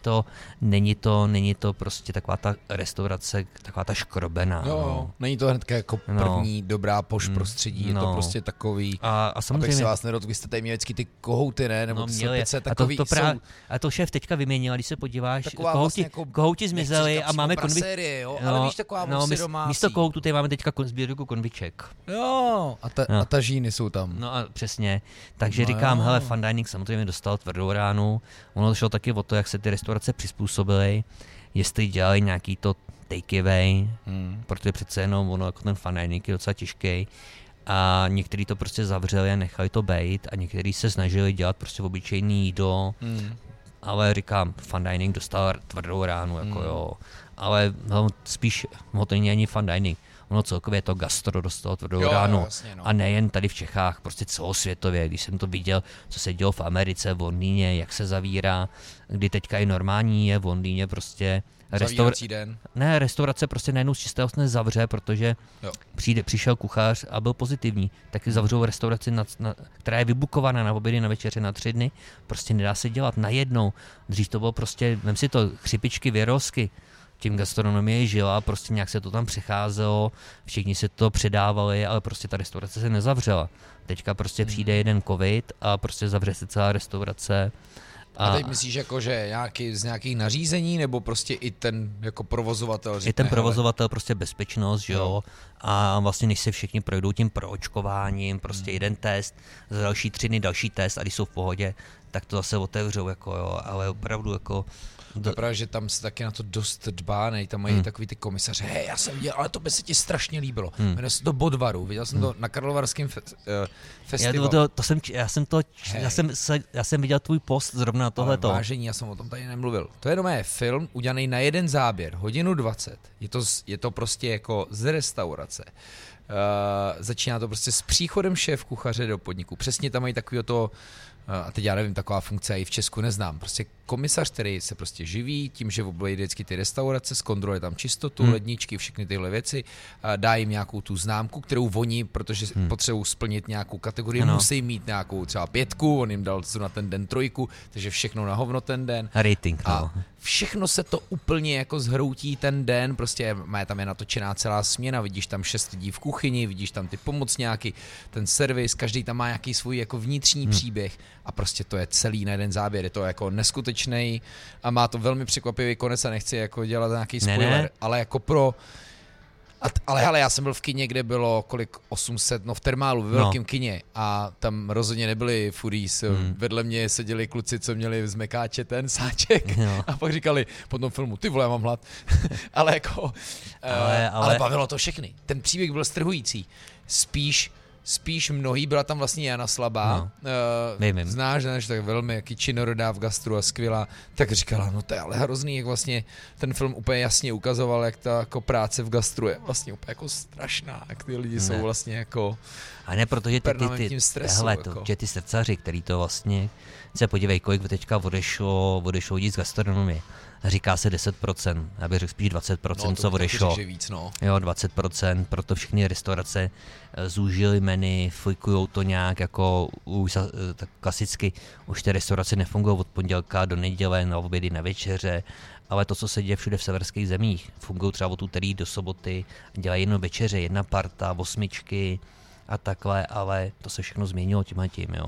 to prostě taková ta restaurace, taková ta škrobená. No. Není to hnedka jako první dobrá poš prostředí, je to prostě takový, a samozřejmě, abych se vás nedotkl, vy jste tady měli vždycky ty kohouty, ne? Nebo slepice, takový a to šéf teďka vyměnil, když se podíváš, kohouti zmizeli a máme ale víš, taková domácí. Místo kohoutu tady máme teďka sbírku konviček. Jo, a tažíny jsou tam. No a přesně, takže říkám, hele, fine dining samozřejmě dostal tvrdou ránu, ono šlo taky o to, jak se ty restaurace přizpůsobily, jestli dělali nějaký to take away, protože přece jenom ono jako ten fine dining je docela těžký. A někteří to prostě zavřeli a nechali to bejt a někteří se snažili dělat prostě obyčejný jídlo, ale říkám, fine dining dostal tvrdou ránu, jako jo. Ale no, spíš to není ani fine dining. Ono celkově to gastro dostalo tvrdou ránu. Jasně, no. A nejen tady v Čechách, prostě celosvětově. Když jsem to viděl, co se dělo v Americe, v Londýně, jak se zavírá, kdy teďka i normální je v Londýně prostě restaurace prostě najednou z čistého sne zavře, protože přišel kuchař a byl pozitivní. Tak zavřou restauraci, která je vybukovaná na obědy, na večeře, na 3 dny. Prostě nedá se dělat najednou. Dřív to bylo prostě, vem si to, chřipičky, věrolsky. Tím gastronomie žila, prostě nějak se to tam přecházelo, všichni se to předávali, ale prostě ta restaurace se nezavřela. Teďka prostě přijde jeden covid a prostě zavře se celá restaurace. A teď myslíš, jako, že z nějakých nařízení, nebo prostě i ten jako provozovatel řekne, i ten provozovatel prostě bezpečnost, že jo. A vlastně než se všichni projdou tím proočkováním, prostě jeden test, za další 3 dny další test a když jsou v pohodě, tak to zase otevřou, jako jo, ale opravdu jako... To je pravda, že tam se taky na to dost dbá, tam mají takový ty komisaře, hej, já jsem viděl, ale to by se ti strašně líbilo. Jmenuje se to Bodvaru, viděl jsem to na Karlovarském festivalu. Já jsem viděl tvůj post zrovna na tohleto. Vážení, já jsem o tom tady nemluvil. To je jenom film udělaný na jeden záběr, 1:20. Je to prostě jako z restaurace. Začíná to prostě s příchodem šéf kuchaře do podniku. Přesně tam mají takového to, a teď já nevím, taková funkce i v Česku neznám. Prostě komisař, který se prostě živí tím, že obejde vždycky ty restaurace, zkontroluje tam čistotu, ledničky, všechny tyhle věci, dá jim nějakou tu známku, kterou oni, protože potřebují splnit nějakou kategorii, musí mít nějakou třeba 5, on jim dal na ten den 3, takže všechno na hovno ten den. Rating, a všechno se to úplně jako zhroutí ten den, prostě tam je natočená celá směna, vidíš tam 6 lidí v kuchyni, vidíš tam ty pomocňáky, ten servis, každý tam má nějaký svůj jako vnitřní příběh a prostě to je celý na jeden záběr, je to jako neskutečný a má to velmi překvapivý konec a nechci jako dělat nějaký spoiler, ale jako ale hele, já jsem byl v kině, kde bylo 800, v Termálu, ve velkém kině a tam rozhodně nebyli foodies. Vedle mě seděli kluci, co měli z Mekáče ten sáček a pak říkali po tom filmu, ty vole, já mám hlad. Ale jako, ale bavilo to všechny. Ten příběh byl strhující. Spíš mnohý, byla tam vlastně Jana Slabá, znáš, tak velmi jaký činorodá v gastru a skvělá, tak říkala, no to je ale hrozný, jak vlastně ten film úplně jasně ukazoval, jak ta jako práce v gastru je vlastně úplně jako strašná, jak ty lidi jsou vlastně jako a ne, protože ty srdcaři, který to vlastně, se podívej, kolik teďka odešlo lidí z gastronomie. Říká se 10%, já bych řekl spíš 20%, co odešlo. Jo, 20%, proto všechny restaurace zúžily menu, flikujou to nějak jako tak klasicky, už ty restaurace nefungují od pondělka do neděle, na obědy, na večeře, ale to, co se děje všude v severských zemích, fungují třeba od úterý do soboty, dělají jedno večeře, jedna parta, 8 a takhle, ale to se všechno změnilo tím, jo.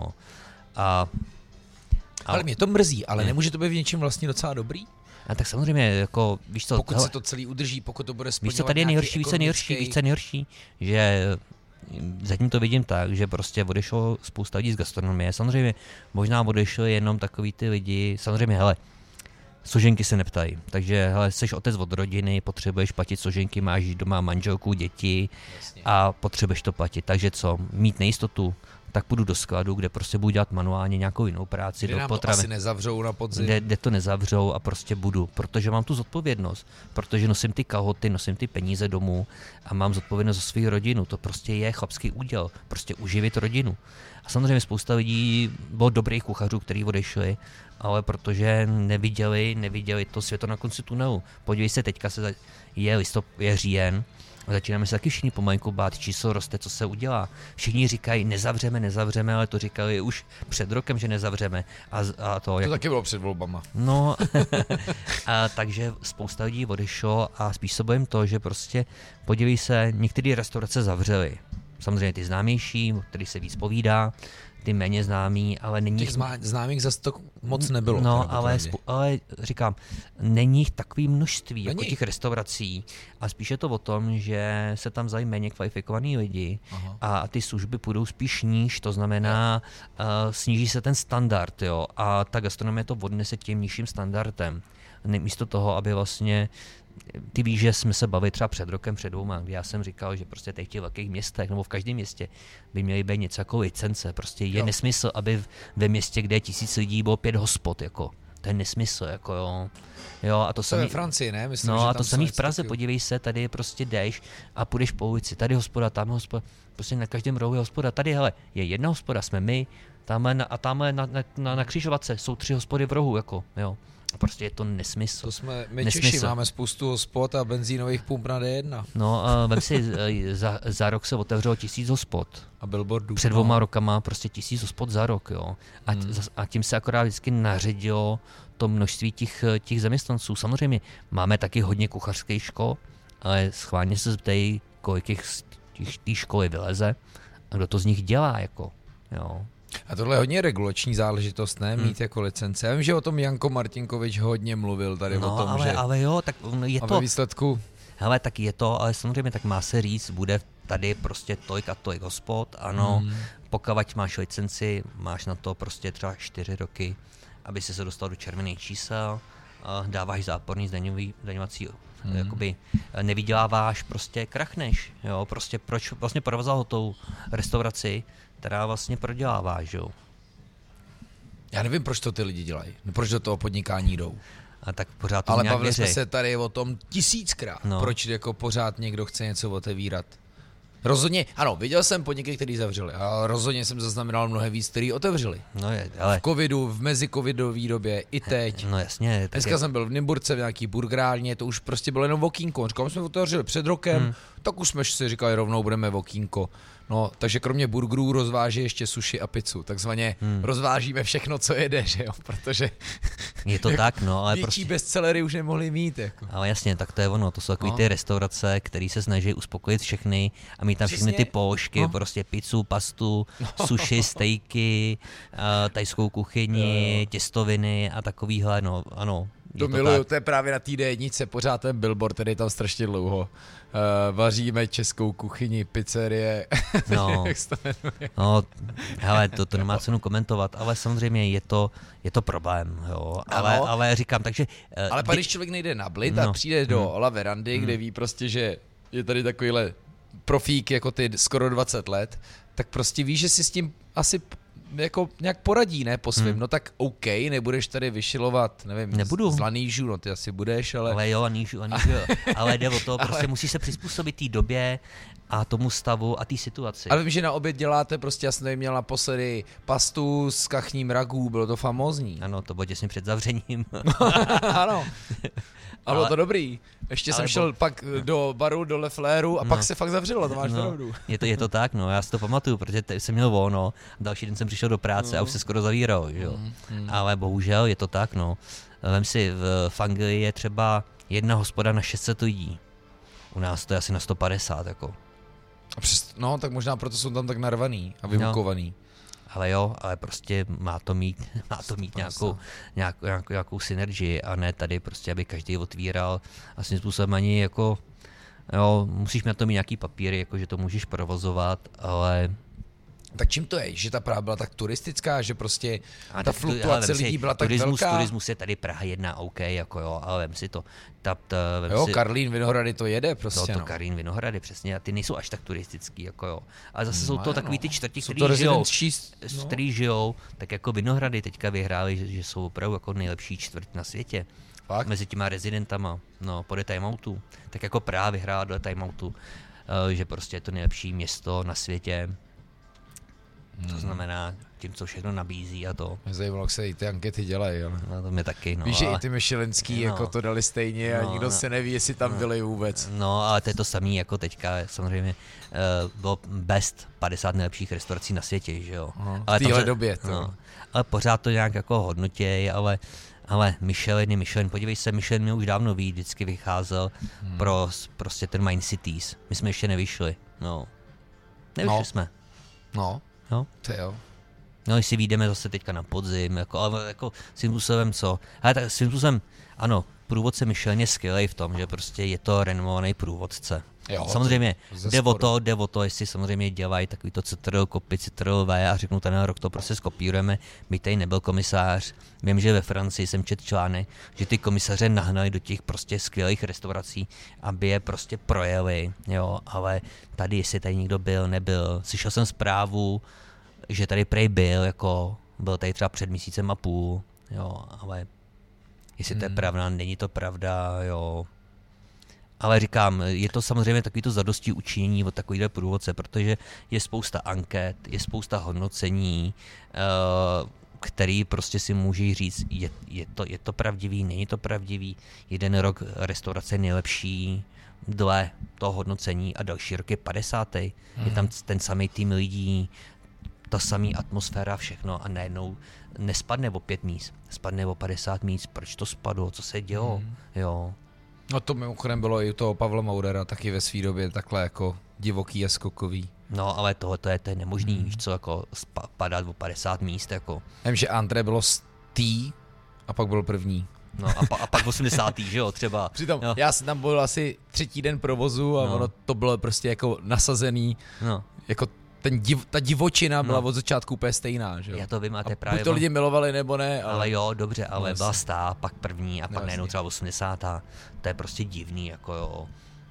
Ale mě to mrzí, ale nemůže to být v něčem vlastně docela dobrý? A tak samozřejmě, jako, víš co... Pokud se to celý udrží, pokud to bude splňovat víš co, tady je nejhorší, že zatím to vidím tak, že prostě odešlo spousta lidí z gastronomie. Samozřejmě možná odešli jenom takový ty lidi, samozřejmě, hele, složenky se neptají, takže hele, jsi otec od rodiny, potřebuješ platit složenky, máš doma manželku, děti a potřebuješ to platit. Takže co, mít nejistotu, tak půjdu do skladu, kde prostě budu dělat manuálně nějakou jinou práci. Kde nám to asi nezavřou na podzim. Kde to nezavřou a prostě budu, protože mám tu zodpovědnost, protože nosím ty kalhoty, nosím ty peníze domů a mám zodpovědnost za svou rodinu. To prostě je chlapský úděl, prostě uživit rodinu. A samozřejmě spousta lidí bylo dobrých kuchařů, kteří odešli, ale protože neviděli to světlo na konci tunelu. Podívej se, teďka je říjen, a začínáme se taky všichni pomalinku bát, číslo roste, co se udělá. Všichni říkají, nezavřeme, ale to říkali už před rokem, že nezavřeme. To taky bylo před volbama. No, takže spousta lidí odešlo a spíš se bojím to, že prostě, podívej se, některé restaurace zavřely. Samozřejmě ty známější, o kterých se víc povídá, ty méně známý, ale není... Těch známých zase to moc nebylo. No, ale říkám, není jich takový množství jako těch restaurací a spíš je to o tom, že se tam zají méně kvalifikovaný lidi a ty služby půjdou spíš níž, to znamená, sníží se ten standard, jo, a ta gastronomie to odnese tím nižším standardem. místo toho, aby vlastně ty víš, že jsme se bavili třeba před rokem, před 2, kdy já jsem říkal, že prostě teď v těch velkých městech nebo v každém městě by měly být něco jako licence. Prostě je nesmysl, aby ve městě, kde je 1000 lidí, bylo 5 hospod, jako. To je nesmysl, jako jo. A to samý, ve Francii, ne? Myslím, no že a tam to samý v Praze, taky... podívej podívej se, tady prostě jdeš a půjdeš po ulici, tady hospoda, tam hospoda, prostě na každém rohu je hospoda, tady hele, je jedna hospoda, jsme my, tamhle na křižovatce jsou 3 hospody v rohu, jako, jo. Prostě je to nesmysl. To my Češi máme spoustu hospod a benzínových pump na D1. No a vem si, za rok se otevřelo 1000 hospod. A billboardů. Před 2 rokama prostě 1000 hospod za rok, jo. A tím se akorát vždycky naředilo to množství těch zaměstnanců. Samozřejmě máme taky hodně kuchařských škol, ale schválně se zeptej, kolik té školy vyleze a kdo to z nich dělá, jako, jo. A tohle je hodně regulační záležitost, ne? Mít jako licence. Já vím, že o tom Janko Martinkovič hodně mluvil tady o tom, ale jo, tak je to... A ve výsledku... Hele, tak je to, ale samozřejmě tak má se říct, bude tady prostě tolik a tolik hospod, ano, pokud máš licenci, máš na to prostě třeba 4 roky, aby se dostal do červených čísel, dáváš záporný zdaňovací, jakoby nevyděláváš, prostě krachneš, jo, prostě proč vlastně provozoval tou restauraci, která vlastně proděláváš, jo. Já nevím, proč to ty lidi dělají, proč do toho podnikání jdou. A tak pořád to ale nějak bavili jsme věřej. se tady o tom 1000krát, proč jako pořád někdo chce něco otevírat. Rozhodně, ano, viděl jsem podniky, které zavřely, a rozhodně jsem zaznamenal mnohem víc, který otevřeli. No ale... V covidu, v mezicovidové době, i teď. No jasně. Dneska jsem byl v Nymburce v nějaký burgerárně, to už prostě bylo jenom okýnko. Říkal, jsme otevřeli před rokem, tak už jsme si říkali, rovnou budeme okýnko. No, takže kromě burgerů rozváží ještě sushi a pizzu. Takzvaně rozvážíme všechno, co jede, že jo, protože... Je to tak, no, ale větší prostě... bestsellery už nemohli mít, jako. Ale jasně, tak to je ono, to jsou takový ty restaurace, které se snaží uspokojit všechny a mít tam všechny ty položky, prostě pizzu, pastu, sushi, stejky, thajskou kuchyni, těstoviny a takovýhle, no, ano. To miluju, to je právě na té D1, pořád ten billboard, který je tam strašně dlouho. Vaříme českou kuchyni, pizzerie, jak se to jmenuje. No, hele, to nemá cenu komentovat, ale samozřejmě je to problém, jo, ale říkám, takže... Ale pak když člověk nejde na blid a přijde do La Verandy, kde ví prostě, že je tady takovýhle profík jako ty skoro 20 let, tak prostě ví, že si s tím asi jako nějak poradí, ne, po svým. No tak OK, nebudeš tady vyšilovat, nevím, z lanížů, no ty asi budeš, ale... Ale jo, lanížů, ale jde o to, prostě musíš se přizpůsobit té době a tomu stavu a té situaci. Ale vím, že na oběd děláte prostě, já jsem tady měl naposledy pastu s kachním ragů, bylo to famózní. Ano, to bylo těsně před zavřením. Ano. A bylo to dobrý. Ještě jsem šel pak do baru, do Le Flairu a pak se fakt zavřelo, to máš pravdu. Je to tak, no, já si to pamatuju, protože jsem měl volno, další den jsem přišel do práce a už se skoro zavíral, jo. Ale bohužel je to tak, no. Vem si, v Anglii je třeba jedna hospoda na 600 lidí. U nás to je asi na 150, jako. No, tak možná proto jsou tam tak narvaný a vybukovaný. Ale jo, ale prostě má to mít nějakou synergii a ne tady prostě, aby každý otvíral a svým způsobem ani jako, jo, musíš na to mít nějaký papíry, jako že to můžeš provozovat, ale... Tak čím to je? Že ta Praha byla tak turistická, že prostě ta fluktuace lidí byla tak velká? Turismus je tady Praha 1, OK, jako jo, ale vem si to. Karlín, Vinohrady to jede prostě, to Karlín, Vinohrady, přesně, a ty nejsou až tak turistický, jako jo. Ale zase jsou to takový ty čtvrti, který žijou, tak jako Vinohrady teďka vyhráli, že jsou opravdu jako nejlepší čtvrť na světě. Fakt? Mezi těma rezidentama, no, podle timeoutu. Tak jako Praha vyhrála do timeoutu, že prostě je to nejlepší město na světě. To znamená tím, co všechno nabízí a to. Mě zajímalo, jak se i ty ankety dělají, ale... No to mě taky, no. Víš, že i ty Michelinský jako to dali stejně a nikdo se neví, jestli tam byli vůbec. No, ale to je to samý jako teďka, samozřejmě bylo best 50 nejlepších restaurací na světě, že jo. V téhle době to. No, ale pořád to nějak jako hodnotěj, ale Michelin, podívej se, Michelin mi už dávno vždycky vycházel pro prostě ten Mind Cities. My jsme ještě nevyšli, no. Nevyšli jsme. No. No. To jo. No, jestli vyjdeme zase teďka na podzim, jako, ale jako svým způsobem co? Ale tak svým způsobem, ano, průvodce Michelin je skvělý v tom, že prostě je to renomovaný průvodce. Jo, samozřejmě jde o to, jestli samozřejmě dělají takovýto Ctrl copy, Ctrl V a řeknu, ten rok to prostě skopírujeme, byť tady nebyl komisář. Vím, že ve Francii jsem četl článek, že ty komisaře nahnali do těch prostě skvělých restaurací, aby je prostě projeli, jo, ale tady, jestli tady někdo byl, nebyl. Slyšel jsem zprávu, že tady prej byl tady třeba před měsícem a půl, jo, ale jestli to je pravda, není to pravda, jo. Ale říkám, je to samozřejmě takovýto zadostí učinění od takovýhle průvodce, protože je spousta anket, je spousta hodnocení, který prostě si může říct, je to pravdivý, není to pravdivý, jeden rok restaurace je nejlepší dle toho hodnocení a další rok je 50. Je tam ten samý tým lidí, ta samý atmosféra, všechno a najednou nespadne o 5 míst, spadne o 50 míst, proč to spadlo, co se dělo, jo. No to mimochodem bylo i u toho Pavla Maurera taky ve své době takhle jako divoký a skokový. No ale to je nemožný, víš co, jako padat o 50 míst, jako. Vím, že André bylo stý a pak byl první. No a pak 80. že jo, třeba. Přitom jo. já jsem tam byl asi 3. den provozu a ono to bylo prostě jako nasazený, jako ta divočina byla od začátku úplně stejná, že jo. Já to vím, a to je právě. Buď to lidi milovali, nebo ne. Ale jo, dobře, ale byla stá, pak první a pak najednou třeba 80. To je prostě divný, jako jo.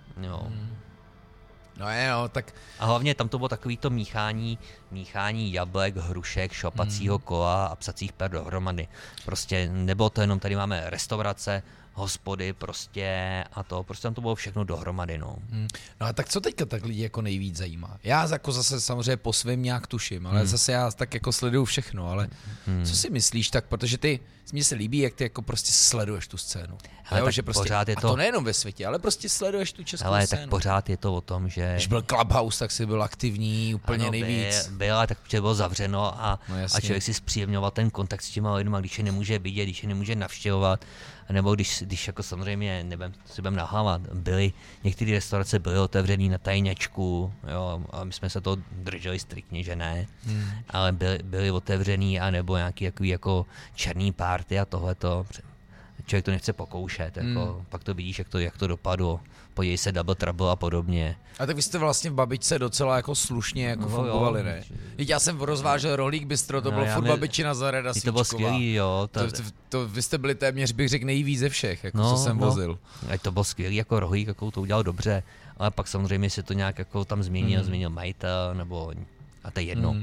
No jo, tak. A hlavně tam to bylo takový to míchání jablek, hrušek, šlapacího kola a psacích per dohromady. Prostě nebylo to jenom, tady máme restaurace, hospody prostě a to, prostě tam to bylo všechno dohromady, no. No a tak co teďka tak lidi jako nejvíc zajímá? Já jako zase samozřejmě po svém nějak tuším, ale zase já tak jako sleduju všechno, ale co si myslíš tak, protože mně se líbí, jak ty jako prostě sleduješ tu scénu. Hele, jo, tak že prostě, pořád je a to nejenom ve světě, ale prostě sleduješ tu českou scénu. Tak pořád je to o tom, že... Když byl Clubhouse, tak si byl aktivní úplně nejvíc. Byl, tak bylo zavřeno a člověk si zpříjemňoval ten kontakt s těma lidma, když je nemůže vidět, když je nemůže navštěvovat, nebo když jako samozřejmě, si budem nahlávat, některé restaurace byly otevřený na tajňačku, jo, a my jsme se to drželi striktně, že ne, ale byly otevřený, anebo nějaký jako černý party a tohleto. Člověk to nechce pokoušet, jako, pak to vidíš, jak to dopadlo, podívej se Double Trouble a podobně. A tak vy jste vlastně v Babičce docela jako slušně jako fungovali, ne? Já jsem rozvážel Rohlík Bistro, to bylo furt Babičina Zareda Svíčková. To bylo skvělý, jo. To vy jste byli téměř, bych řekl, nejvíc ze všech, jako co jsem vozil. A to bylo skvělý, jako Rohlík, jako to udělal dobře, ale pak samozřejmě se to nějak jako tam změnil majitel, nebo a to je jedno.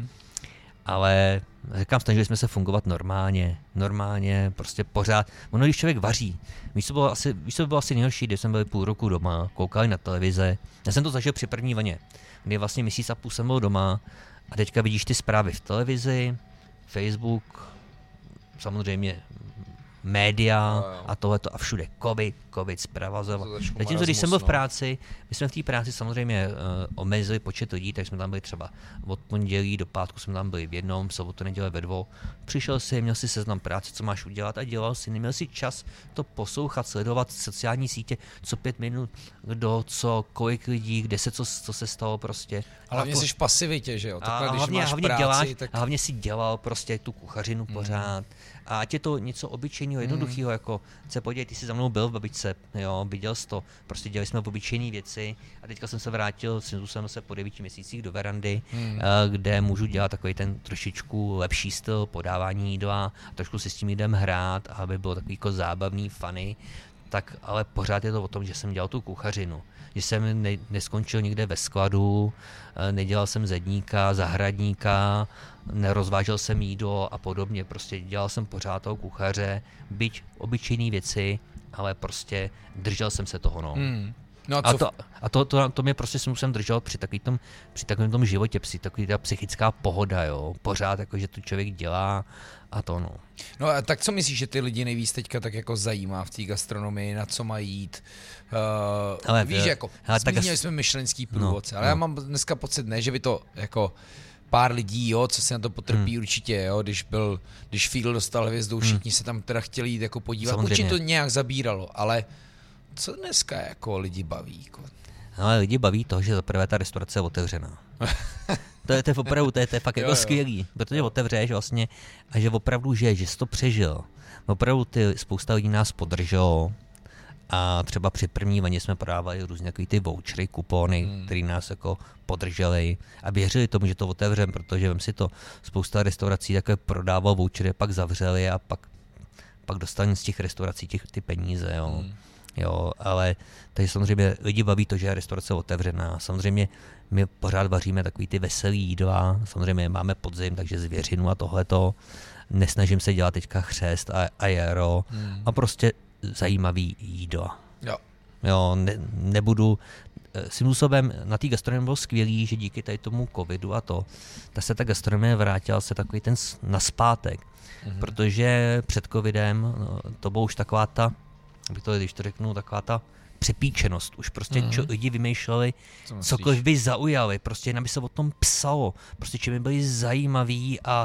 Ale říkám, snažili jsme se fungovat normálně, prostě pořád. Ono, když člověk vaří, víš, co bylo asi nejhorší, když jsme byli půl roku doma, koukali na televize. Já jsem to zažil při první vlně, kdy vlastně měsíc a půl jsem byl doma a teďka vidíš ty zprávy v televizi, Facebook, samozřejmě média a tohleto a všude covid zpráva. Zatímco když jsem byl v práci, my jsme v té práci samozřejmě omezili počet lidí, tak jsme tam byli třeba od pondělí do pátku jsme tam byli v jednom, sobotu, neděle ve dvou. Přišel si, měl si seznam práce, co máš udělat a dělal si, neměl si čas to poslouchat, sledovat sociální sítě, co 5 minut, kdo, co, kolik lidí, kde se, co se stalo prostě. Ale hlavně jsi v pasivitě, že jo? Takhle, a hlavně si dělal prostě tu kuchařinu pořád. A ať je to něco obyčejného, jednoduchého, jako se podívej, ty jsi za mnou byl v Babičce, jo, viděl jsi to, prostě dělali jsme obyčejné věci a teďka jsem se vrátil, jsem se po 9 měsících do verandy, kde můžu dělat takový ten trošičku lepší styl podávání jídla, trošku si s tím jídem hrát, aby bylo takový jako zábavný, funny, tak ale pořád je to o tom, že jsem dělal tu kuchařinu. Že jsem neskončil někde ve skladu, nedělal jsem zedníka, zahradníka, nerozvážel jsem jídlo a podobně. Prostě dělal jsem pořád toho kuchaře, byť obyčejné věci, ale prostě držel jsem se toho, no. No to mě prostě jsem držel při takovém tom životě, při takový ta psychická pohoda, jo. Pořád jako, že to člověk dělá a to, no. No a tak co myslíš, že ty lidi nejvíc teďka tak jako zajímá v té gastronomii, na co mají jít? Víš, jako zmínili jsme michelinský průvodce, ale já mám dneska pocit, ne, že by to jako pár lidí, jo, co se na to potrpí určitě, jo, když Fiedl dostal hvězdu, všichni se tam teda chtěli jít jako podívat, určitě to nějak zabíralo, ale co dneska jako lidi baví? Jako? Ale lidi baví to, že zaprvé ta restaurace je otevřená. To je opravdu, to je fakt jako skvělý, protože otevřeš vlastně a že opravdu že jsi to přežil. Opravdu spousta lidí nás podrželo A třeba při první vaně jsme prodávali různé takový ty vouchery, kupony, které nás jako podrželi a věřili tomu, že to otevřeme, protože vem si to, spousta restaurací takové prodával vouchery, pak zavřeli a pak dostali z těch restaurací ty peníze, jo. Jo, ale tady samozřejmě lidi baví to, že je restaurace otevřená. Samozřejmě my pořád vaříme takový ty veselý jídla, samozřejmě máme podzim, takže zvěřinu a tohleto. Nesnažím se dělat teďka chřest a jaro a prostě zajímavý jídla. Jo, nebudu, svým způsobem na té gastronomii bylo skvělý, že díky tady tomu covidu a tak se ta gastronomie vrátila se takový ten naspátek, protože před covidem to bylo už taková ta, když to řeknu, taková ta přepíčenost. Už prostě lidi vymýšleli, cokoliv by zaujali, prostě jen aby se o tom psalo, prostě čím by byli zajímaví a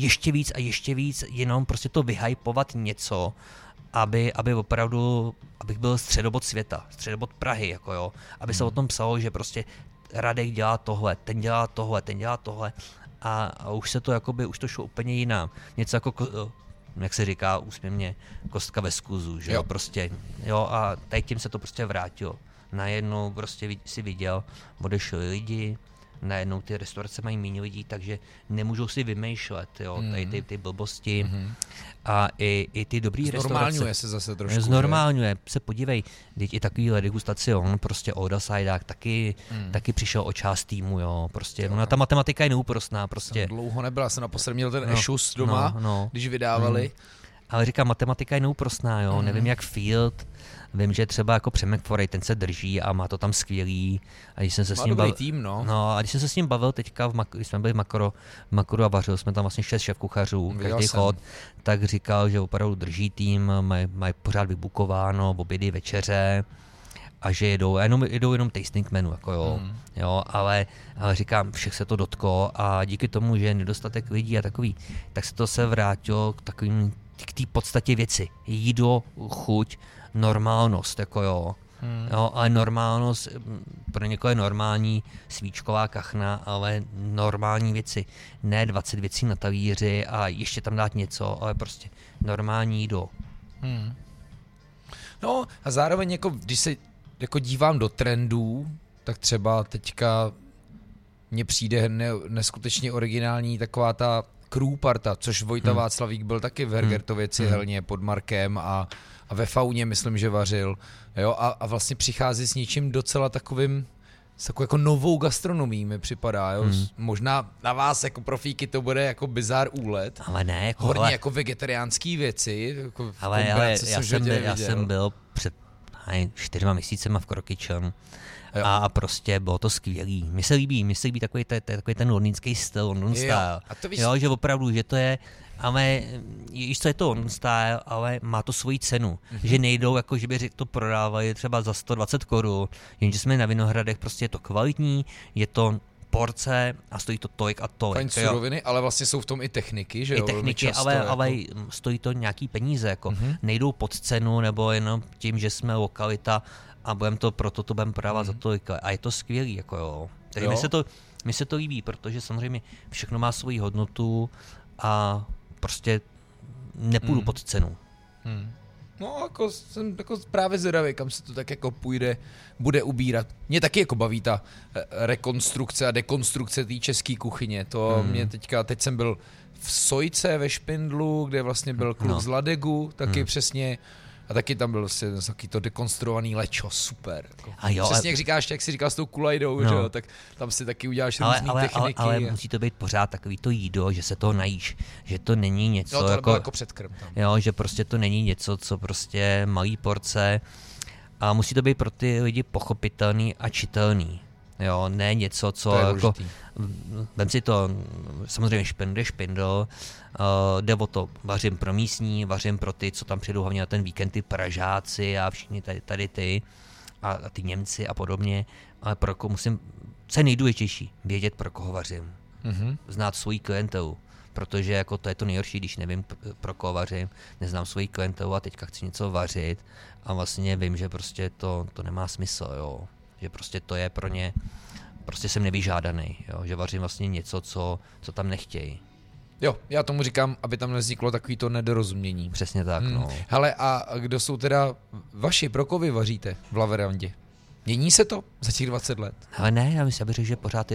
ještě víc, jenom prostě to vyhypovat něco, aby opravdu, abych byl středobod světa, středobod Prahy, jako jo, aby se o tom psalo, že prostě Radek dělá tohle, ten dělá tohle a už se to jakoby, už to šlo úplně jinam. Něco jako, jak se říká úsměvně, kostka ve skuzu, že jo, prostě, jo, a tady tím se to prostě vrátilo. Najednou prostě si viděl, odešli lidi, najednou ty restaurace mají méně lidí, takže nemůžou si vymýšlet, jo, tady ty blbosti a i ty dobrý restaurace. Znormálňuje se zase trošku. Znormálňuje, se podívej, teď i takovýhle degustacion, prostě Oda Sajdák taky přišel o část týmu, jo, prostě, no, ta matematika je neúprosná, prostě. Dlouho nebyla, jsem naposled měl ten ešus doma, když vydávali. Ale říkám, matematika je neúprosná, jo, nevím jak Field, vím, že třeba jako Přemek Forej, ten se drží a má to tam skvělý. A když jsem se s ním bavil, tým, no. A když jsem se s ním bavil teďka, když jsme byli v Makro a vařili jsme tam vlastně 6 šéfkuchařů, každý chod, tak říkal, že opravdu drží tým, mají pořád vybukováno, obědy, večeře a že jedou jenom tasting menu, jako jo, ale říkám, všech se to dotklo a díky tomu, že je nedostatek lidí a takový, tak se to vrátilo k té podstatě věci. Jídlo, chuť, normálnost, jako jo, ale normálnost, pro někoho je normální svíčková kachna, ale normální věci, ne 20 věcí na talíři a ještě tam dát něco, ale prostě normální jídlo. No a zároveň, jako, když se jako dívám do trendů, tak třeba teďka mně přijde neskutečně originální taková ta crew parta, což Vojta Václavík byl taky v Hergertově Cihelně pod Markem a ve Fauně myslím, že vařil. Jo? A vlastně přichází s něčím docela takovým, s takovou jako novou gastronomií mi připadá. Jo? Možná na vás jako profíky to bude jako bizár úlet. Ale ne. Jako, hodně jako vegetariánský věci. Jako ale já jsem byl před 4 měsícema v Krokyčan. A prostě bylo to skvělý. Mně se líbí takový ten londýnský styl, London style. Jo, že opravdu, že to je, ale víš, co je to London style, ale má to svoji cenu. Že nejdou, jako že by to prodávali třeba za 120 korun, jenže jsme na Vinohradech, prostě je to kvalitní, je to porce a stojí to tolik a tolik. Fajn suroviny, ale vlastně jsou v tom i techniky, že jo? I techniky, ale stojí to nějaký peníze, jako nejdou pod cenu, nebo jenom tím, že jsme lokalita a budeme to prodávat za tolik. A je to skvělý, jako jo. Takže mi se to líbí, protože samozřejmě všechno má svoji hodnotu a prostě nepůjdu pod cenu. No, jako jsem jako právě zvědavý, kam se to tak jako bude ubírat. Mě taky jako baví ta rekonstrukce a dekonstrukce té české kuchyně. To mě teď jsem byl v Sojce ve Špindlu, kde vlastně byl kluk z Ladegu, taky přesně. A taky tam byl vlastně taky to dekonstruovaný lečo, super. Jako. A jo, přesně jak říkáš, jak jsi říkal s tou kulajdou, že jo, tak tam si taky uděláš různý techniky. Ale musí to být pořád takový to jídlo, že se toho najíš, že to není něco to jako předkrm tam. Jo, že prostě to není něco, co prostě malý porce a musí to být pro ty lidi pochopitelný a čitelný. Jo, ne něco, co jako, vem si to, samozřejmě špindl, jde o to, vařím pro místní, vařím pro ty, co tam přijdou hlavně na ten víkend, ty Pražáci a všichni tady ty a ty Němci a podobně, ale pro koho co je nejdůležitější, vědět, pro koho vařím, znát svoji klientelu, protože jako to je to nejhorší, když nevím, pro koho vařím, neznám svoji klientelu a teďka chci něco vařit a vlastně vím, že prostě to nemá smysl, jo. Že prostě to je pro ně, prostě jsem nevyžádaný, jo? Že vařím vlastně něco, co tam nechtějí. Jo, já tomu říkám, aby tam nevzniklo takový to nedorozumění. Přesně tak, no. Hele, a kdo jsou teda vaši, pro koho vy vaříte v La Vérendě? Mění se to za těch 20 let? Ale ne, já bych řekl, že pořád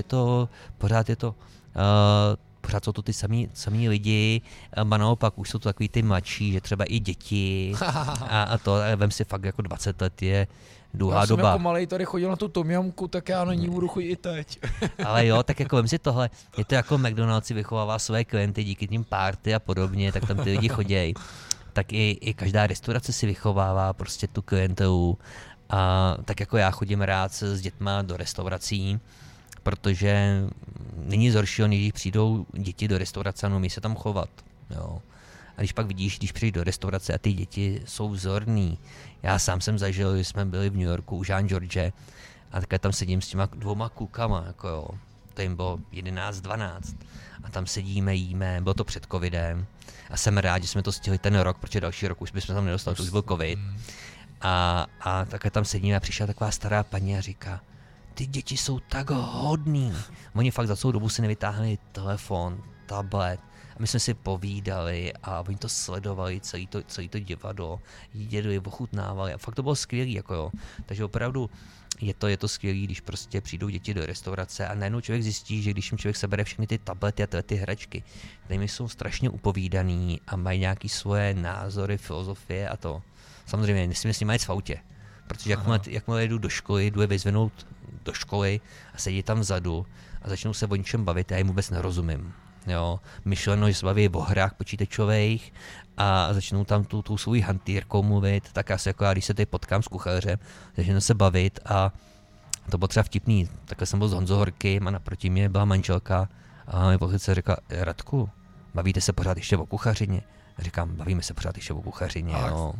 jsou to ty samý lidi, a naopak už jsou to takový ty mladší, že třeba i děti a to, vem si fakt jako 20 let je dlouhá doba. Já jsem jako malej tady chodil na tu tomjamku, tak já na ní budu chodit i teď. Ale jo, tak jako vem si tohle, je to jako McDonald's si vychovává své klienty díky tím party a podobně, tak tam ty lidi chodějí. Tak i každá restaurace si vychovává prostě tu klientelu. A tak jako já chodím rád s dětma do restaurací, protože není nic horšího, když přijdou děti do restaurace a umí se tam chovat. Jo. A když pak vidíš, když přijdeš do restaurace a ty děti jsou vzorný. Já sám jsem zažil, že jsme byli v New Yorku u Jean George a takhle tam sedím s těma 2 klukama, jako jo. To jim bylo 11, 12. A tam sedíme, jíme, bylo to před covidem. A jsem rád, že jsme to stihli ten rok, protože další rok už bychom tam nedostali, to už byl covid. A takhle tam sedíme a přišla taková stará paní a říká, ty děti jsou tak hodný. Oni fakt za celou dobu si nevytáhli telefon, tablet. A my jsme si povídali a oni to sledovali, celý to divadlo, jedli, ochutnávali a fakt to bylo skvělý, jako jo. Takže opravdu je to skvělý, když prostě přijdou děti do restaurace a najednou člověk zjistí, že když jim člověk sebere všechny ty tablety a ty hračky, které jsou strašně upovídaný a mají nějaký svoje názory, filozofie a to. Samozřejmě nesmíme s nimi jít v autě, protože jakmile jdu do školy, jdu je vyzvenout do školy a sedí tam vzadu a začnou se o ničem bavit, já jim vůbec nerozumím. Jo, myšleno, že se baví o hrách počítačových a začnou tam tu svou hantýrkou mluvit, tak asi jako já, když se tady potkám s kuchařem, začnu se bavit a to bylo třeba vtipný. Takhle jsem byl s Honzo Horkým a naproti mě byla manželka a mi pohled se řekla, Radku, bavíte se pořád ještě o kuchařině? A říkám, bavíme se pořád ještě o kuchařině, no.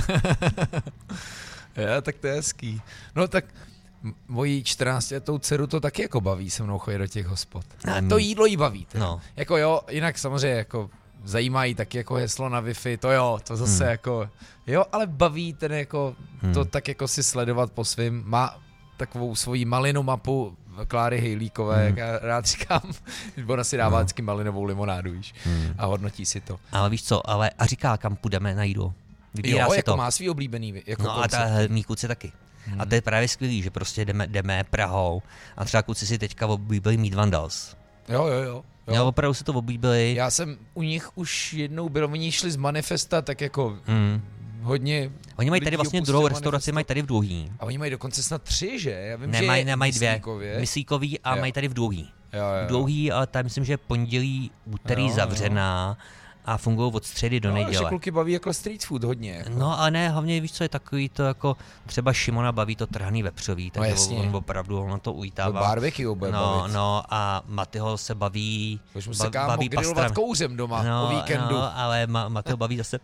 Já, tak to je hezký. No tak mojí 14letou dceru to taky jako baví se mnou chodit do těch hospod. To jídlo jí baví. No. Jako jo, jinak samozřejmě jako zajímají taky jako heslo na Wi-Fi, to jo, to zase jako, jo, ale baví ten jako, to tak jako si sledovat po svým, má takovou svoji malinu mapu Kláry Hejlíkové, jak já rád říkám, ona si dává vždycky malinovou limonádu, víš, a hodnotí si to. Ale víš co, a říká, kam půjdeme na jídlo. Vybírá jo, si jako to. má svý oblíbený jako no koncept. A mý kluci taky. A to je právě skvělý, že prostě jdeme Prahou a třeba kluci si teďka oblíbili Meat Vandals. Jo. Já opravdu si to oblíbili. Já jsem u nich už jednou byl, oni šli z Manifesta, tak jako hodně. Oni mají tady vlastně druhou restauraci, mají tady v Dlouhý. A oni mají dokonce snad 3, že? Já vím, nemají 2. Myslíkový a mají tady v Dlouhý. V Dlouhý, ale tam myslím, že pondělí, úterý zavřená. A fungují od středy do neděle. No, kluky baví jako street food hodně. Jako. No a ne, hlavně víš, co je takový to jako, třeba Šimona baví to trhaný vepřový, tak on opravdu ono to ujítává. Barbecue bude bavit. No a Matyho se baví baví grilovat kouřem doma o víkendu. No, ale Matyho baví zase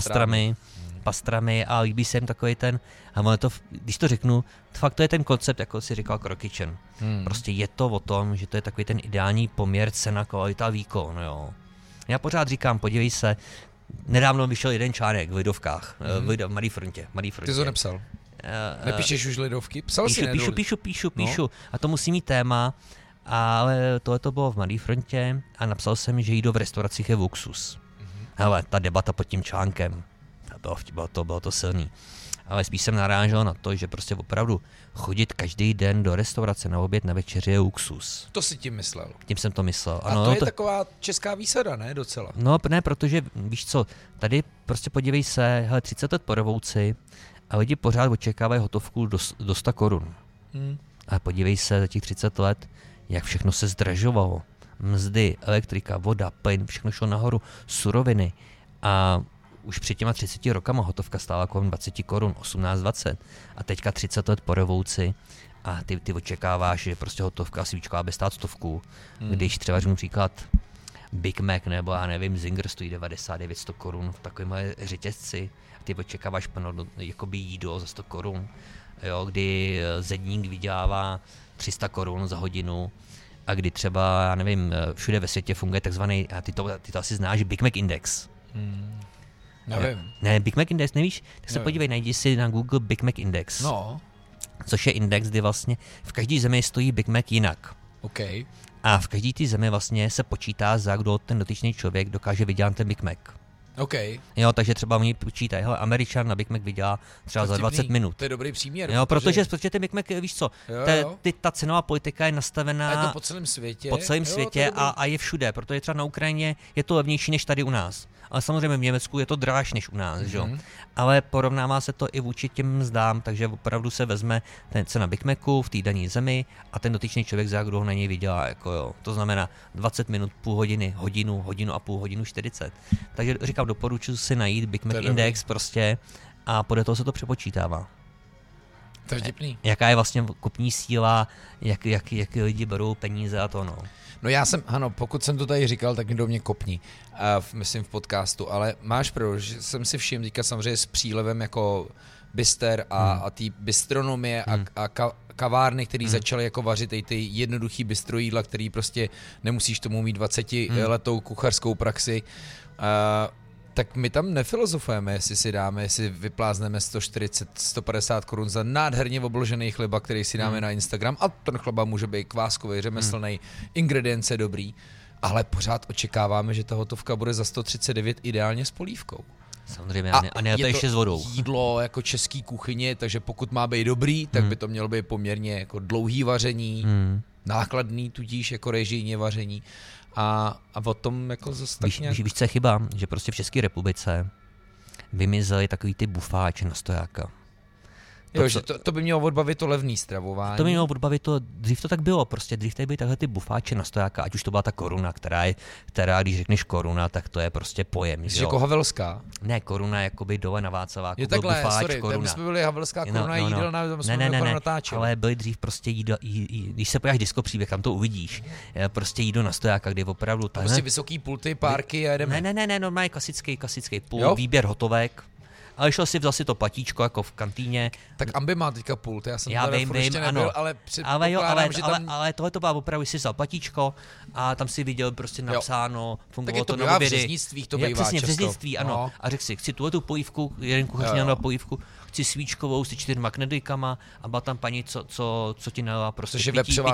pastrami a líbí se jim takový ten, a to, když to řeknu, fakt to je ten koncept, jako si říkal Croc Kitchen. Prostě je to o tom, že to je takový ten ideální poměr cena, kvalita, výkon, jo. Já pořád říkám, podívej se, nedávno vyšel jeden článek v Lidovkách, v Mladé frontě. Ty jsi to nepsal? Nepíšeš už Lidovky? Psal jsi Píšu. No. A to musí mít téma, ale tohle to bylo v Mladé frontě a napsal jsem, že jídlo v restauracích je luxus. Hele, ta debata pod tím článkem, bylo to silný. Ale spíš jsem narážel na to, že prostě opravdu chodit každý den do restaurace na oběd, na večeři je luxus. To si tím myslel. Tím jsem to myslel. Ano, a to je taková česká výsada, ne? Docela. No ne, protože víš co, tady prostě podívej se, hele, 30 let po revoluci a lidi pořád očekávají hotovku do 100 korun. Ale podívej se za těch 30 let, jak všechno se zdražovalo. Mzdy, elektrika, voda, plyn, všechno šlo nahoru, suroviny a už před těma 30 rokama hotovka stála kolem 20 korun, 18-20 a teďka 30 let po revoluci a ty očekáváš, že prostě hotovka svíčková bez stát 100. Když třeba řeknu příklad Big Mac nebo já nevím, Zinger stojí 99-100 korun v takovémhle řetězci a ty očekáváš plno jakoby jídlo za 100 korun, jo, kdy zedník vydělává 300 korun za hodinu a kdy třeba, já nevím, všude ve světě funguje takzvaný, a ty to asi znáš, Big Mac Index. Nevím. Ne, Big Mac Index, nevíš? Tak se podívej, najdi si na Google Big Mac Index. No. Což je index, kdy vlastně v každé zemi stojí Big Mac jinak. Okay. A v každé té zemi vlastně se počítá, za kdo ten dotyčný člověk dokáže vydělat ten Big Mac. OK. Jo, takže třeba oni počítají, hele, Američan na Big Mac vydělá třeba za 20 minut. To je dobrý příměr. Jo, protože ten Big Mac, víš co, ta cenová politika je nastavená... A je to po celém světě. Po celém světě a je všude, protože třeba na Ukrajině je to levnější než tady u nás. Ale samozřejmě v Německu je to dráž než u nás, že jo. Ale porovnává se to i vůči těm mzdám, takže opravdu se vezme ten cena Big Macu v té dané zemi a ten dotyčný člověk za kdo ho na něj vydělá, jako jo. To znamená 20 minut, půl hodiny, hodinu a půl, hodinu 40. Takže říkám, doporučuji si najít Big Mac Index prostě a podle toho se to přepočítává. To je vtipný. Jaká je vlastně kupní síla, jak lidi berou peníze a to, no. No já jsem, ano, pokud jsem to tady říkal, tak mi do mě kopni, myslím v podcastu, ale máš pravdu, že jsem si všiml teďka samozřejmě s přílevem jako bister a té bistronomie a kavárny, které začaly jako vařit ty jednoduchý bistrojídla, který prostě nemusíš tomu mít 20 letou kuchařskou praxi, tak my tam nefilozofujeme, jestli vyplázneme 140-150 korun za nádherně obložený chleba, který si dáme na Instagram a ten chleba může být kváskový, řemeslný, ingredience dobrý, ale pořád očekáváme, že ta hotovka bude za 139 ideálně s polívkou. Samozřejmě, a ne to ještě s vodou. Jídlo jako český kuchyně, takže pokud má být dobrý, tak by to mělo být poměrně jako dlouhý vaření, nákladný tudíž jako režijně vaření. A o tom jako zase tak nějak... Víš, co je chyba? Že prostě v České republice vymizely takový ty bufáče na stojáka. Jo, že to by mělo odbavit to levný stravování. To by mělo odbavit to, dřív to tak bylo, prostě dřív tady byly takhle ty bufáče na stojáka, ať už to byla ta koruna, která když řekneš koruna, tak to je prostě pojem. Jsi jako havelská? Ne, koruna jakoby dole na Václaváku, byl takhle, bufáč, sorry, koruna. My jsme byli havelská koruna jídelná, tam jsme natáčeli. Ale byly dřív prostě jídlo, když se podíváš diskopříběh, tam to uvidíš, prostě jídlo na stojáka, kdy opravdu... Prostě vysoký pulty, párky a jedeme. Ne, normálně klasický pult, výběr hotovek. Ale šel si, vzal si to platíčko jako v kantýně. Tak Ambi má teďka pult, já jsem tady furt ještě nebyl, ano. ale předpokládám, že tam... Ale tohle to byla opravdu, si vzal platíčko a tam si viděl prostě napsáno, fungovalo to na obědy. Tak je to v řeznictvích, to bývá přesně, často. v řeznictví, ano. No. A řekl si, chci tuhletu polívku, jeden kuchař měl na polívku, chci svíčkovou s 4 knedlíkama a byla tam paní, co ti nalila prostě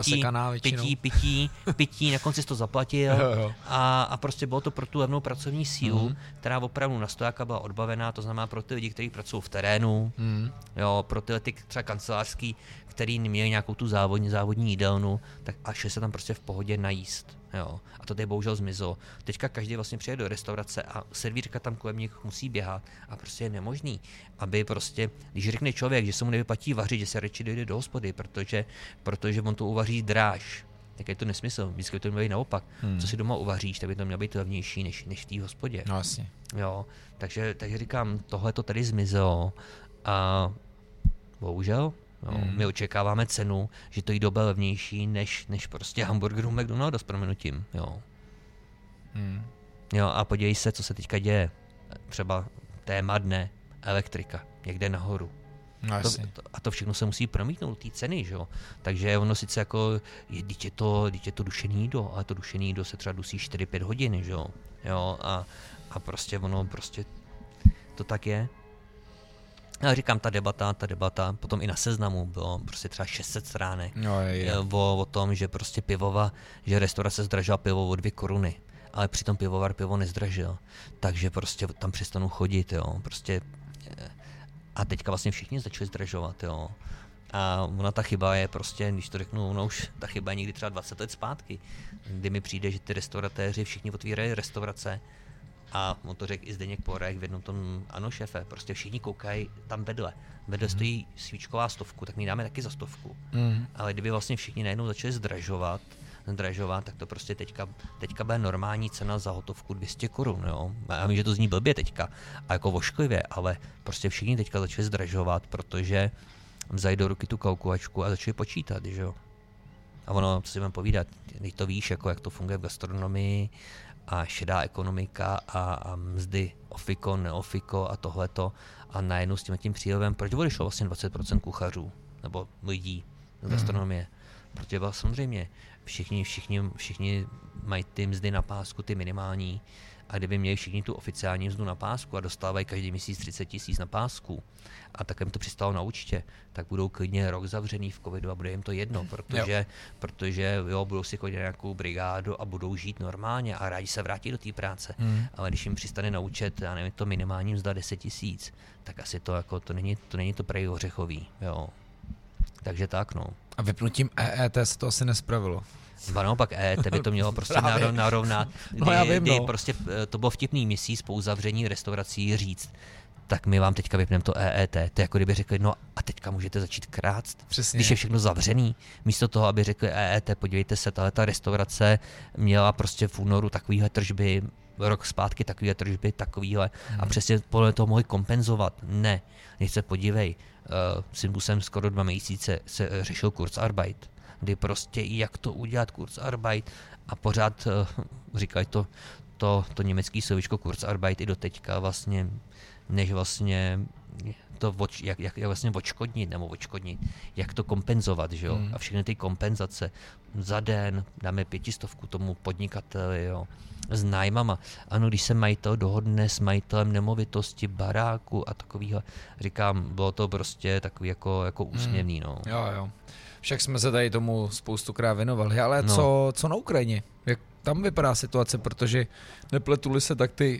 pití, na konci jsi to zaplatil a prostě bylo to pro tu levnou pracovní sílu, která opravdu na stojáka byla odbavená, to znamená pro ty lidi, kteří pracují v terénu, jo, pro ty třeba kancelářský, který neměli nějakou tu závodní jídelnu, tak a šli se tam prostě v pohodě najíst. Jo. A to tady bohužel zmizelo. Teďka každý vlastně přijde do restaurace a servírka tam kolem nich musí běhat a prostě je nemožný, aby prostě, když řekne člověk, že se mu nevyplatí vařit, že se radši dojde do hospody, protože on to uvaří dráž. Tak je to nesmysl, vždycky by to mělo být naopak. Co si doma uvaříš, tak by to mělo být levnější než v té hospodě. No jasně. Jo, takže říkám, tohle to tady zmizelo a bohužel, my očekáváme cenu, že to jídlo bude levnější než prostě hamburgerů McDonald's s prominutím, jo. Jo, a podívej se, co se teďka děje. Třeba téma dne, elektrika, někde nahoru. No, a to všechno se musí promítnout té ceny, že jo. Takže ono sice jako, je to dušený jídlo, ale to dušený jídlo se třeba dusí 4-5 hodin, že jo. Jo, a prostě ono prostě to tak je. Já říkám, ta debata, potom i na Seznamu bylo prostě třeba 600 stránek o tom, že prostě že restaurace zdražila pivo o 2 koruny, ale přitom pivovar pivo nezdražil, takže prostě tam přestanou chodit, jo, prostě a teďka vlastně všichni začali zdražovat, jo. A ona ta chyba je prostě, když to řeknu, ona už ta chyba je někdy třeba 20 let zpátky, kdy mi přijde, že ty restauratéři všichni otvírají restaurace a on to řekl i Zdeněk Porek v jednom tom, ano šéfe, prostě všichni koukají tam vedle stojí svíčková 100, tak my dáme taky za 100. Ale kdyby vlastně všichni najednou začali zdražovat, tak to prostě teďka bude normální cena za hotovku 200 korun, jo. Já vím, že to zní blbě teďka a jako vošklivě, ale prostě všichni teďka začali zdražovat, protože vzali do ruky tu kalkulačku a začali počítat, že jo. A ono, co si mám povídat, když to víš, jako jak to funguje v gastronomii a šedá ekonomika a mzdy ofiko, neofiko a tohleto a najednou s tím přílevem, proč odešlo vlastně 20% kuchařů nebo lidí z gastronomie? Protože samozřejmě všichni mají ty mzdy na pásku, ty minimální, a kdyby měli všichni tu oficiální mzdu na pásku a dostávají každý měsíc 30 000 na pásku a tak jim to přistálo na účtě, tak budou klidně rok zavřený v covidu a bude jim to jedno, protože budou si chodit na nějakou brigádu a budou žít normálně a rádi se vrátí do té práce. Ale když jim přistane na účet, já nevím, to minimální mzda 10 000, tak asi to jako, to není to prej ořechový, jo. Takže tak, no. A vypnutím EET se to asi nespravilo. Naopak EET by to mělo prostě narovnat, kdy prostě to bylo vtipný měsíc po uzavření restaurací říct, tak my vám teďka vypneme to EET. To je jako kdyby řekli, no a teďka můžete začít krást, když je všechno zavřený. Místo toho, aby řekli EET, podívejte se, ta restaurace měla prostě v únoru takovýhle tržby, rok zpátky takovýhle tržby, takovýhle a přesně podle toho mohli kompenzovat. Ne, se podívej, Symbusem skoro 2 měsíce se řešil Kurzarbeit, kdy prostě jak to udělat Kurzarbeit a pořád říkají to německý slovíčko Kurzarbeit i do teďka vlastně, než vlastně to jak vlastně odškodnit, jak to kompenzovat, že jo? A všechny ty kompenzace za den dáme 500 tomu podnikateli, jo? S nájmama. Ano, když se majitel dohodne s majitelem nemovitosti, baráku a takovýhle, říkám, bylo to prostě takový jako úsměvný, no. Jo. Však jsme se tady tomu spoustukrát věnovali, ale co na Ukrajině? Jak tam vypadá situace, protože nepletuli se, tak ty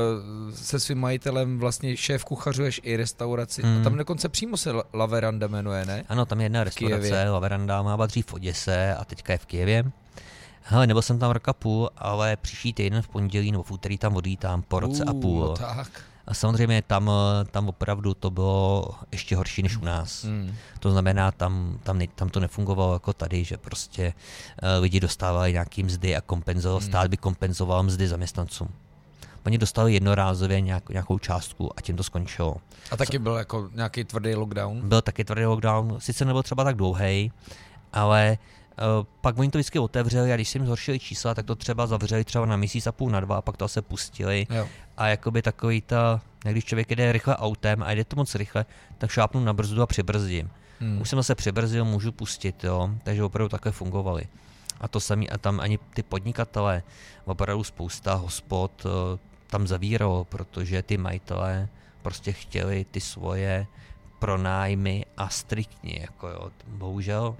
se svým majitelem vlastně šéf kuchařuješ i restauraci. A tam dokonce přímo se La Veranda jmenuje, ne? Ano, tam je jedna restaurace, La Veranda má dřív v Oděse a teďka je v Kyjevě. Hele, nebyl jsem tam rok a půl, ale příští týden v pondělí nebo v úterý tam odlítám po roce a půl. Tak. A samozřejmě tam opravdu to bylo ještě horší než u nás. To znamená, tam to nefungovalo jako tady, že prostě lidi dostávali nějaký mzdy a stát by kompenzoval mzdy zaměstnancům. Oni dostali jednorázově nějakou částku a tím to skončilo. A taky byl jako nějaký tvrdý lockdown? Byl taky tvrdý lockdown, sice nebyl třeba tak dlouhej, ale pak oni to vždycky otevřeli a když si jim zhoršili čísla, tak to třeba zavřeli třeba na měsíc a půl, na 2 a pak to se pustili. Jo. A jakoby takový když člověk jede rychle autem a jde to moc rychle, tak šápnu na brzdu a přibrzdím. Už jsem se přibrzdil, můžu pustit, jo, takže opravdu takhle fungovali. A to samé, a tam ani ty podnikatelé, opravdu spousta hospod tam zavíralo, protože ty majitelé prostě chtěli ty svoje pronájmy a striktně, jako jo, bohužel.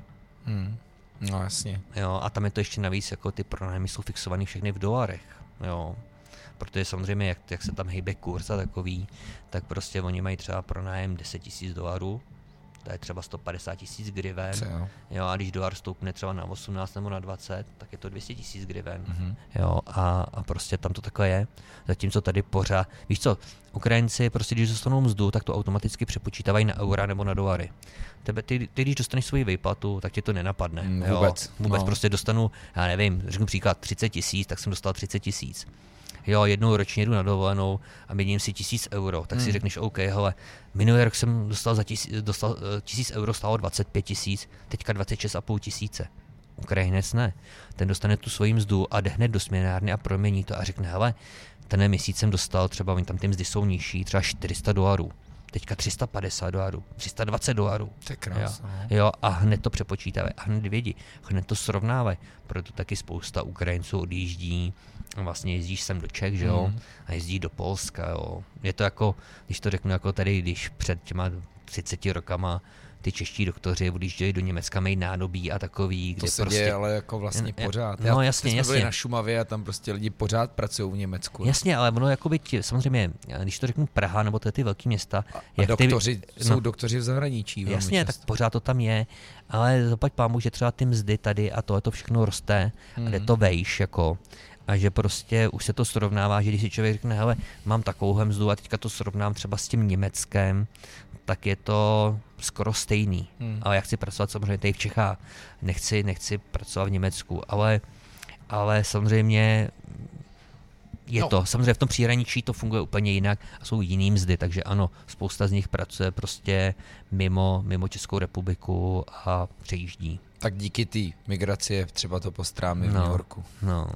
No jasně. Jo, a tam je to ještě navíc, jako ty pronájmy jsou fixovaný všechny v dolarech, jo. Protože samozřejmě, jak se tam hejbe kurz a takový, tak prostě oni mají třeba pronájem $10,000, to je třeba 150 000 hryven, jo, a když dolar stoupne třeba na 18 nebo na 20, tak je to 200 000 hryven, jo, a prostě tam to takhle je, zatímco tady pořád, víš co, Ukrajinci prostě, když dostanou mzdu, tak to automaticky přepočítávají na eura nebo na dolary. Ty když dostaneš svoji výplatu, tak tě to nenapadne. Vůbec prostě dostanu, já nevím, řeknu příklad 30 000, tak jsem dostal 30 000. Jo, jednou ročně jdu na dovolenou a měním si 1 000 euro, tak si řekneš, OK, hele, minulý rok jsem dostal 1 000 euro, stálo 25 000, teďka 26 500. Ukrajinec ne. Ten dostane tu svoji mzdu a jde hned do směnárny a promění to a řekne, hele, ten měsíc jsem dostal, třeba oni tam ty mzdy jsou nižší, třeba $400. Teďka $350, $320. To je krásné. Jo, a hned to přepočítávají, a hned vědí, hned to srovnávají. Proto taky spousta Ukrajinců odjíždí, vlastně jezdíš sem do Čech, že jo, a jezdí do Polska, jo. Je to jako, když to řeknu jako tady, když před těma 30 rokama ty čeští doktoři odjížděli do Německa, mají nádobí a takový, kde to se prostě... děje, ale jako vlastně pořád. No jasně. Jsme byli na Šumavě a tam prostě lidi pořád pracují v Německu. Jasně, ale ono jako by samozřejmě, když to řeknu Praha nebo ty velké města... A doktoři, jsou doktoři v zahraničí. Jasně, tak pořád to tam je, ale zaplať pámu, že třeba ty mzdy tady a to všechno roste a jde to vejš, jako... A že prostě už se to srovnává, že když si člověk řekne, hele, mám takovouhle mzdu a teďka to srovnám třeba s tím Německem, tak je to skoro stejný. Ale já chci pracovat samozřejmě tady v Čechách, nechci pracovat v Německu, ale samozřejmě samozřejmě v tom příhraničí to funguje úplně jinak a jsou jiný mzdy, takže ano, spousta z nich pracuje prostě mimo Českou republiku a přejíždí. Tak díky té migraci třeba to postráme v New Yorku. No.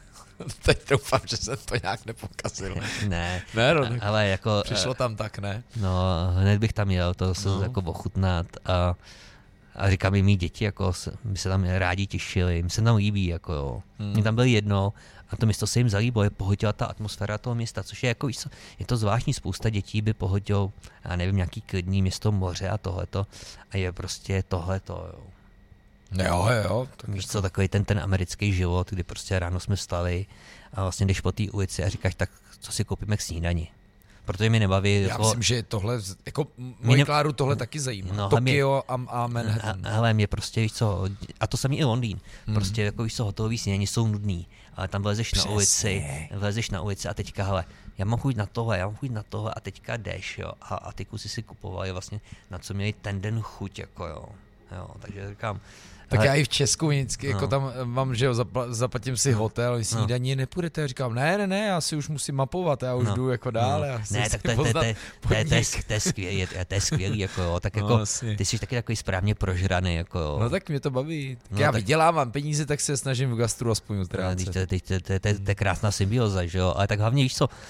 Teď doufám, že jsem to nějak nepokazil. Ne, ale jako... Přišlo tam tak, ne? No, hned bych tam jel, to se jako ochutnat A říkám i mý děti, jako by se tam rádi těšili, mi se tam líbí, jako jo. Mě tam bylo jedno a to město se jim zalíbilo, je pohodila ta atmosféra toho města, což je jako, je to zvláštní, spousta dětí by pohodil, já nevím, nějaký klidný město, moře a tohleto a je prostě tohleto, jo. Jo. Víš co, takový ten americký život, kdy prostě ráno jsme vstali a vlastně jdeš po té ulici a říkáš, tak co si koupíme k snídani. Protože mi nebaví. Já myslím, že tohle, jako moji Kláru tohle taky zajímá. No, Tokio a Manhattan. Ale mě prostě, víš co, a to samý i Londýn, prostě jako víš co, hotový snídaně jsou nudný, ale tam vlezeš na ulici a teďka, hele, já mám chuť na tohle a teďka jdeš, jo, a ty kusy si kupovali vlastně, na co měli ten den chuť, jako jo, takže říkám, tak já i v Česku vždycky, jako tam mám, že jo, zaplatím si hotel, snídaní nepůjdete, já říkám, ne, já si už musím mapovat, já už jdu jako dál. Ne, tak to je skvělý, jako jo, tak jako ty jsi taky takový správně prožraný, jako jo. No tak mě to baví, já vydělávám peníze, tak se snažím v gastru aspoň utrácet. To je krásná symbioza, že jo, ale tak hlavně víš co,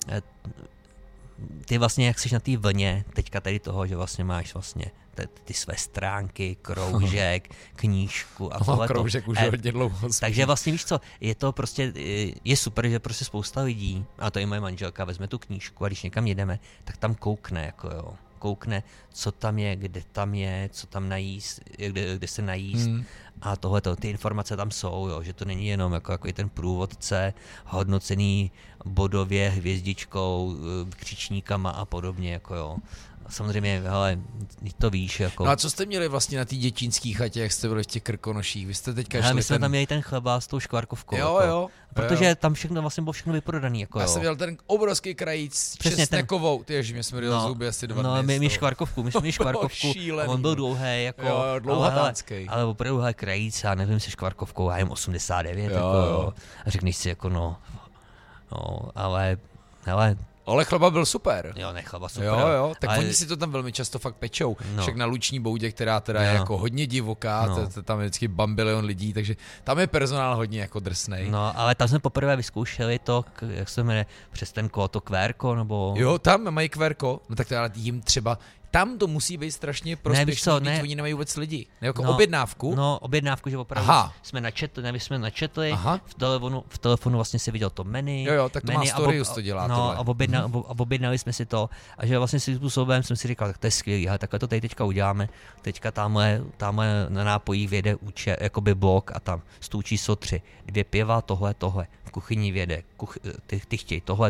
ty vlastně, jak jsi na té vlně teďka tady toho, že vlastně máš vlastně ty své stránky, kroužek, knížku a tohle. Kroužek už hodně dlouho. Takže vlastně víš co, je to prostě, je super, že prostě spousta lidí, a to i moje manželka, vezme tu knížku a když někam jedeme, tak tam koukne, jako jo. Koukne, co tam je, kde tam je, co tam najíst, kde se najíst a tohleto, ty informace tam jsou, jo, že to není jenom jako i ten průvodce, hodnocený bodově, hvězdičkou, křičníkama a podobně, jako jo. Samozřejmě, hele, to víš, jako. No a co jste měli vlastně na té děčínský chatě, jak jste byli v těch Krkonoších? Vy jste teďka šli my jsme tam měli ten chleba s tou škvarkovkou. Jo. Protože tam všechno vlastně bylo všechno vyprodaný, jako já jsem měl ten obrovský krajíc česnekovou, tyž mě smrdil zuby asi 2 dny. No, my škvarkovku, a on byl dlouhý, jako. Jo, dlouhatánský. Ale opravdu krajíc, já nevím, se škvarkovkou, já jim 89, jo. A řekneš si, jako no, ale, hele, ale chleba byl super. Jo, chleba super. Jo, tak oni si to tam velmi často fakt pečou. Však na Luční Boudě, která teda je jako hodně divoká, tam je vždycky bambilion lidí, takže tam je personál hodně jako drsnej. No, ale tam jsme poprvé vyzkoušeli to, jak se jmenuje, přes ten to kvérko, nebo... Jo, tam mají kvérko, no tak to ale jim třeba... Tam to musí být strašně prospěšný, když oni nemají vůbec lidi. Jako objednávku? No, objednávku, že opravdu jsme načetli, v telefonu vlastně si viděl to menu. Jo, tak to má Storius to dělá. No, a objednali jsme si to a že vlastně si způsobem jsem si říkal, tak to je skvělý, ale takhle to tady teďka uděláme. Teďka tamhle na nápojích vyjede jakoby blok a tam stůl číslo 3, 2 piva, tohle, v kuchyni vyjede, ty chtějí tohle.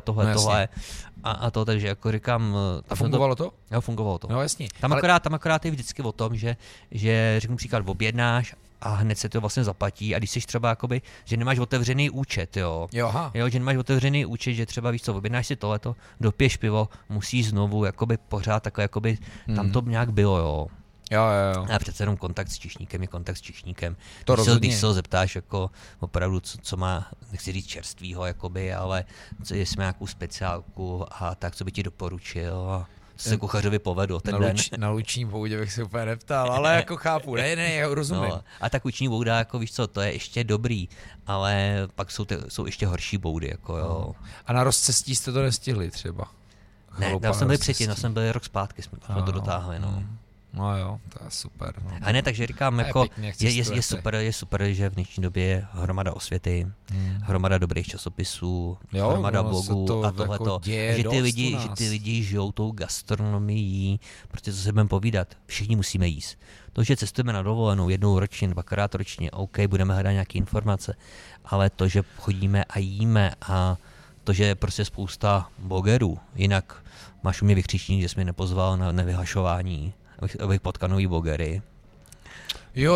A to, takže jako říkám... A fungovalo to? Jo, fungovalo to. No jasně. Tam akorát je vždycky o tom, že řeknu příklad, objednáš a hned se to vlastně zaplatí a když jsi třeba jakoby, že nemáš otevřený účet, jo, že nemáš otevřený účet, že třeba víš co, objednáš si tohleto, dopiješ pivo, musíš znovu jakoby pořád takhle jakoby, tam to nějak bylo, jo. Jo. A přece jenom kontakt s čišníkem je kontakt s čišníkem. Když se ho zeptáš jako opravdu, co má, nechci říct čerstvýho, jakoby, ale jestli má nějakou speciálku a tak, co by ti doporučil a co se kuchařovi povedlo ten den. Na Luční Boudě bych se úplně neptal, ale jako chápu, ne, já rozumím. No, a tak Luční Bouda, jako víš co, to je ještě dobrý, ale pak jsou ještě horší boudy, jako jo. A na rozcestí jste to nestihli třeba? Ne, tam jsem byl předtím, jsem byl rok zpátky, jsme to dotáhli, no. No jo, to je super. No. A ne, takže říkám, jako je super, že v dnešní době je hromada osvěty, hromada dobrých časopisů, hromada blogů a tohleto. Že ty lidi žijou tou gastronomií, protože co se budeme povídat, všichni musíme jíst. To, že cestujeme na dovolenou jednou ročně, 2krát ročně, OK, budeme hledat nějaké informace, ale to, že chodíme a jíme a to, že je prostě spousta blogerů, jinak máš u mě vykřičník, že jsi mě nepozval na nevyhlašování, abych potkal nový blogery. Jo,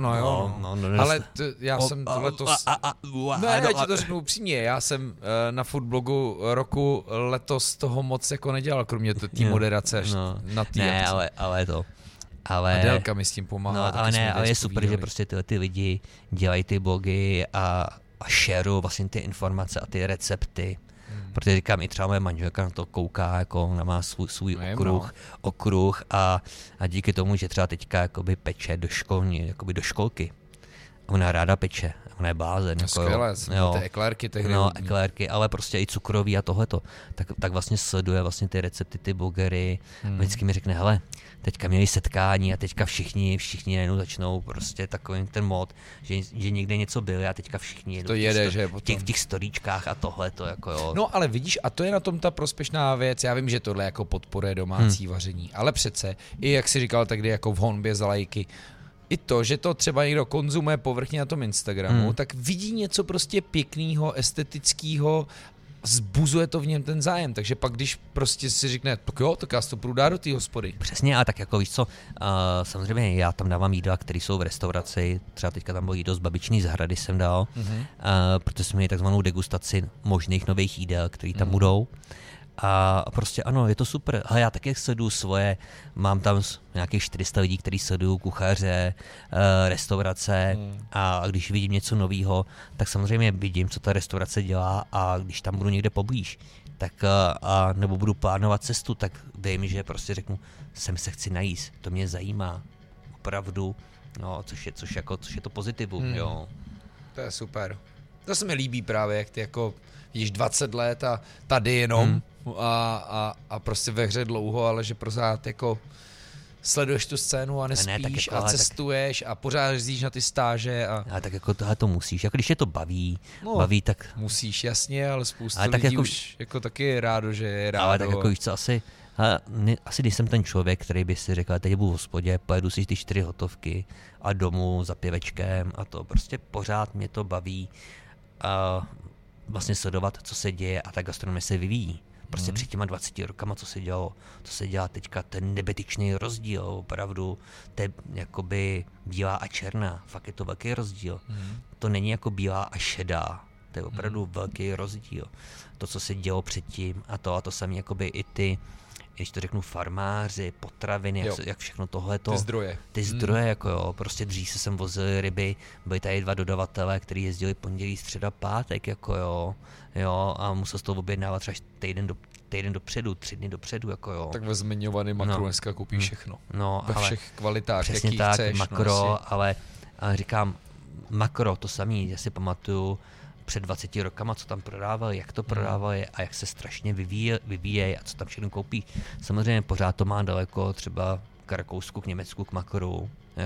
ale já jsem letos... Ne, já ti to řeknu upřímně, já jsem na foodblogu roku letos toho moc jako nedělal, kromě té moderace na té ne, ale to... Ale, Adélka mi s tím pomáhá. No, ale je super, že prostě ty lidi dělají ty blogy a šerují vlastně ty informace a ty recepty. Protože říkám, i třeba moje manželka na to kouká, jako ona má svůj okruh a díky tomu, že třeba teďka jakoby peče do školky ona ráda peče, ona je blázen. No, jako, skvělé, ty eklérky tehdy. No, eklérky, ale prostě i cukroví a tohleto. Tak vlastně sleduje vlastně ty recepty, ty blogery. Vždycky mi řekne, hele, teďka měli setkání a teďka všichni najednou začnou prostě takový ten mod, že někde něco bylo a teďka všichni to jede, že v těch storíčkách a tohleto, jako jo. No ale vidíš, a to je na tom ta prospěšná věc, já vím, že tohle jako podporuje domácí vaření, ale přece, i jak jsi říkal takdy jako v honbě za lajky, i to, že to třeba někdo konzumuje povrchně na tom Instagramu, tak vidí něco prostě pěkného, estetického, zbuzuje to v něm ten zájem, takže pak když prostě si řekne, tak jo, tak já si to půjdu dát do té hospody. Přesně, a tak jako víš co, samozřejmě já tam dávám jídla, které jsou v restauraci, třeba teďka tam bylo jídlo z babičný zahrady jsem dal, protože jsme měli takzvanou degustaci možných nových jídel, které tam budou. A prostě ano, je to super. Ale já taky sleduju svoje, mám tam nějakých 400 lidí, kteří sledují kuchaře, restaurace a když vidím něco nového, tak samozřejmě vidím, co ta restaurace dělá a když tam budu někde poblíž, tak nebo budu plánovat cestu, tak vím, že prostě řeknu, sem se chci najíst, to mě zajímá, opravdu, no, což je to pozitivum, jo. To je super. To se mi líbí právě, jak ty jako již 20 let a tady jenom a prostě ve hře dlouho, ale že pořád jako sleduješ tu scénu a nespíš a cestuješ a pořád jezdíš na ty stáže. Ale tak jako tohle to musíš, jako když je to baví, tak... Musíš, jasně, ale spousta lidí jako, už jako taky je rádo, že je rádo. Ale tak jako víš co, asi když jsem ten člověk, který by si řekl, teď budu v hospodě, pojedu si ty 4 hotovky a domů za pivečkem a to prostě pořád mě to baví a vlastně sledovat, co se děje a ta gastronomie se vyvíjí. Prostě před těma 20 rokama, co se dělá teďka, ten nebetyčný rozdíl, opravdu, to je jakoby bílá a černá, fakt je to velký rozdíl. To není jako bílá a šedá, to je opravdu velký rozdíl. To, co se dělo předtím a to samé jakoby i ty, když to řeknu, farmáři, potraviny, jak všechno tohleto. Ty zdroje, jako jo, prostě dřív se sem vozili ryby, byli tady 2 dodavatelé, kteří jezdili pondělí, středa, pátek, jako jo, a musel z toho objednávat třeba týden dopředu, 3 dny dopředu, jako jo. Tak ve zmiňovaný makro dneska koupí všechno. No, ve všech kvalitách, přesně jaký tak, chceš. makro, ale říkám, makro, to samý, já si pamatuju, před 20 rokama, co tam prodávali, jak to prodávali a jak se strašně vyvíjejí a co tam všechno koupí. Samozřejmě pořád to má daleko třeba k Rakousku, k Německu, k makru,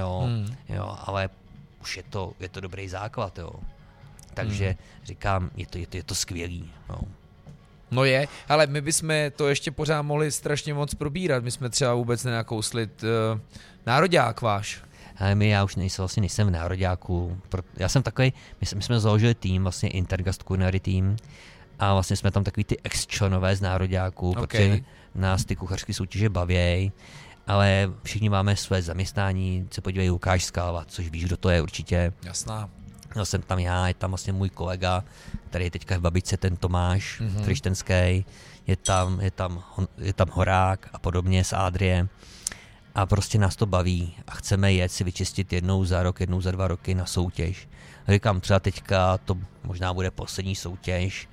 jo, ale už je to dobrý základ, jo. Takže říkám, je to skvělý, jo. No je, ale my bychom to ještě pořád mohli strašně moc probírat. My jsme třeba vůbec nenakousli nároďák váš. Já už nejsem v nároďáku. Já jsem takový, my jsme založili tým, vlastně Intergast Culinary tým a vlastně jsme tam takový ty ex-členové z nároďáku, protože nás ty kuchařské soutěže bavějí, ale všichni máme své zaměstnání, se podívej Lukáš Skalva, což víš, kdo to je určitě. Jasná. No, jsem tam já, je tam vlastně můj kolega, který je teďka v Babičce, ten Tomáš Trištenský, je tam Horák a podobně s Adriem. A prostě nás to baví a chceme jet si vyčistit jednou za rok, jednou za 2 roky na soutěž. Říkám, třeba teďka to možná bude poslední soutěž.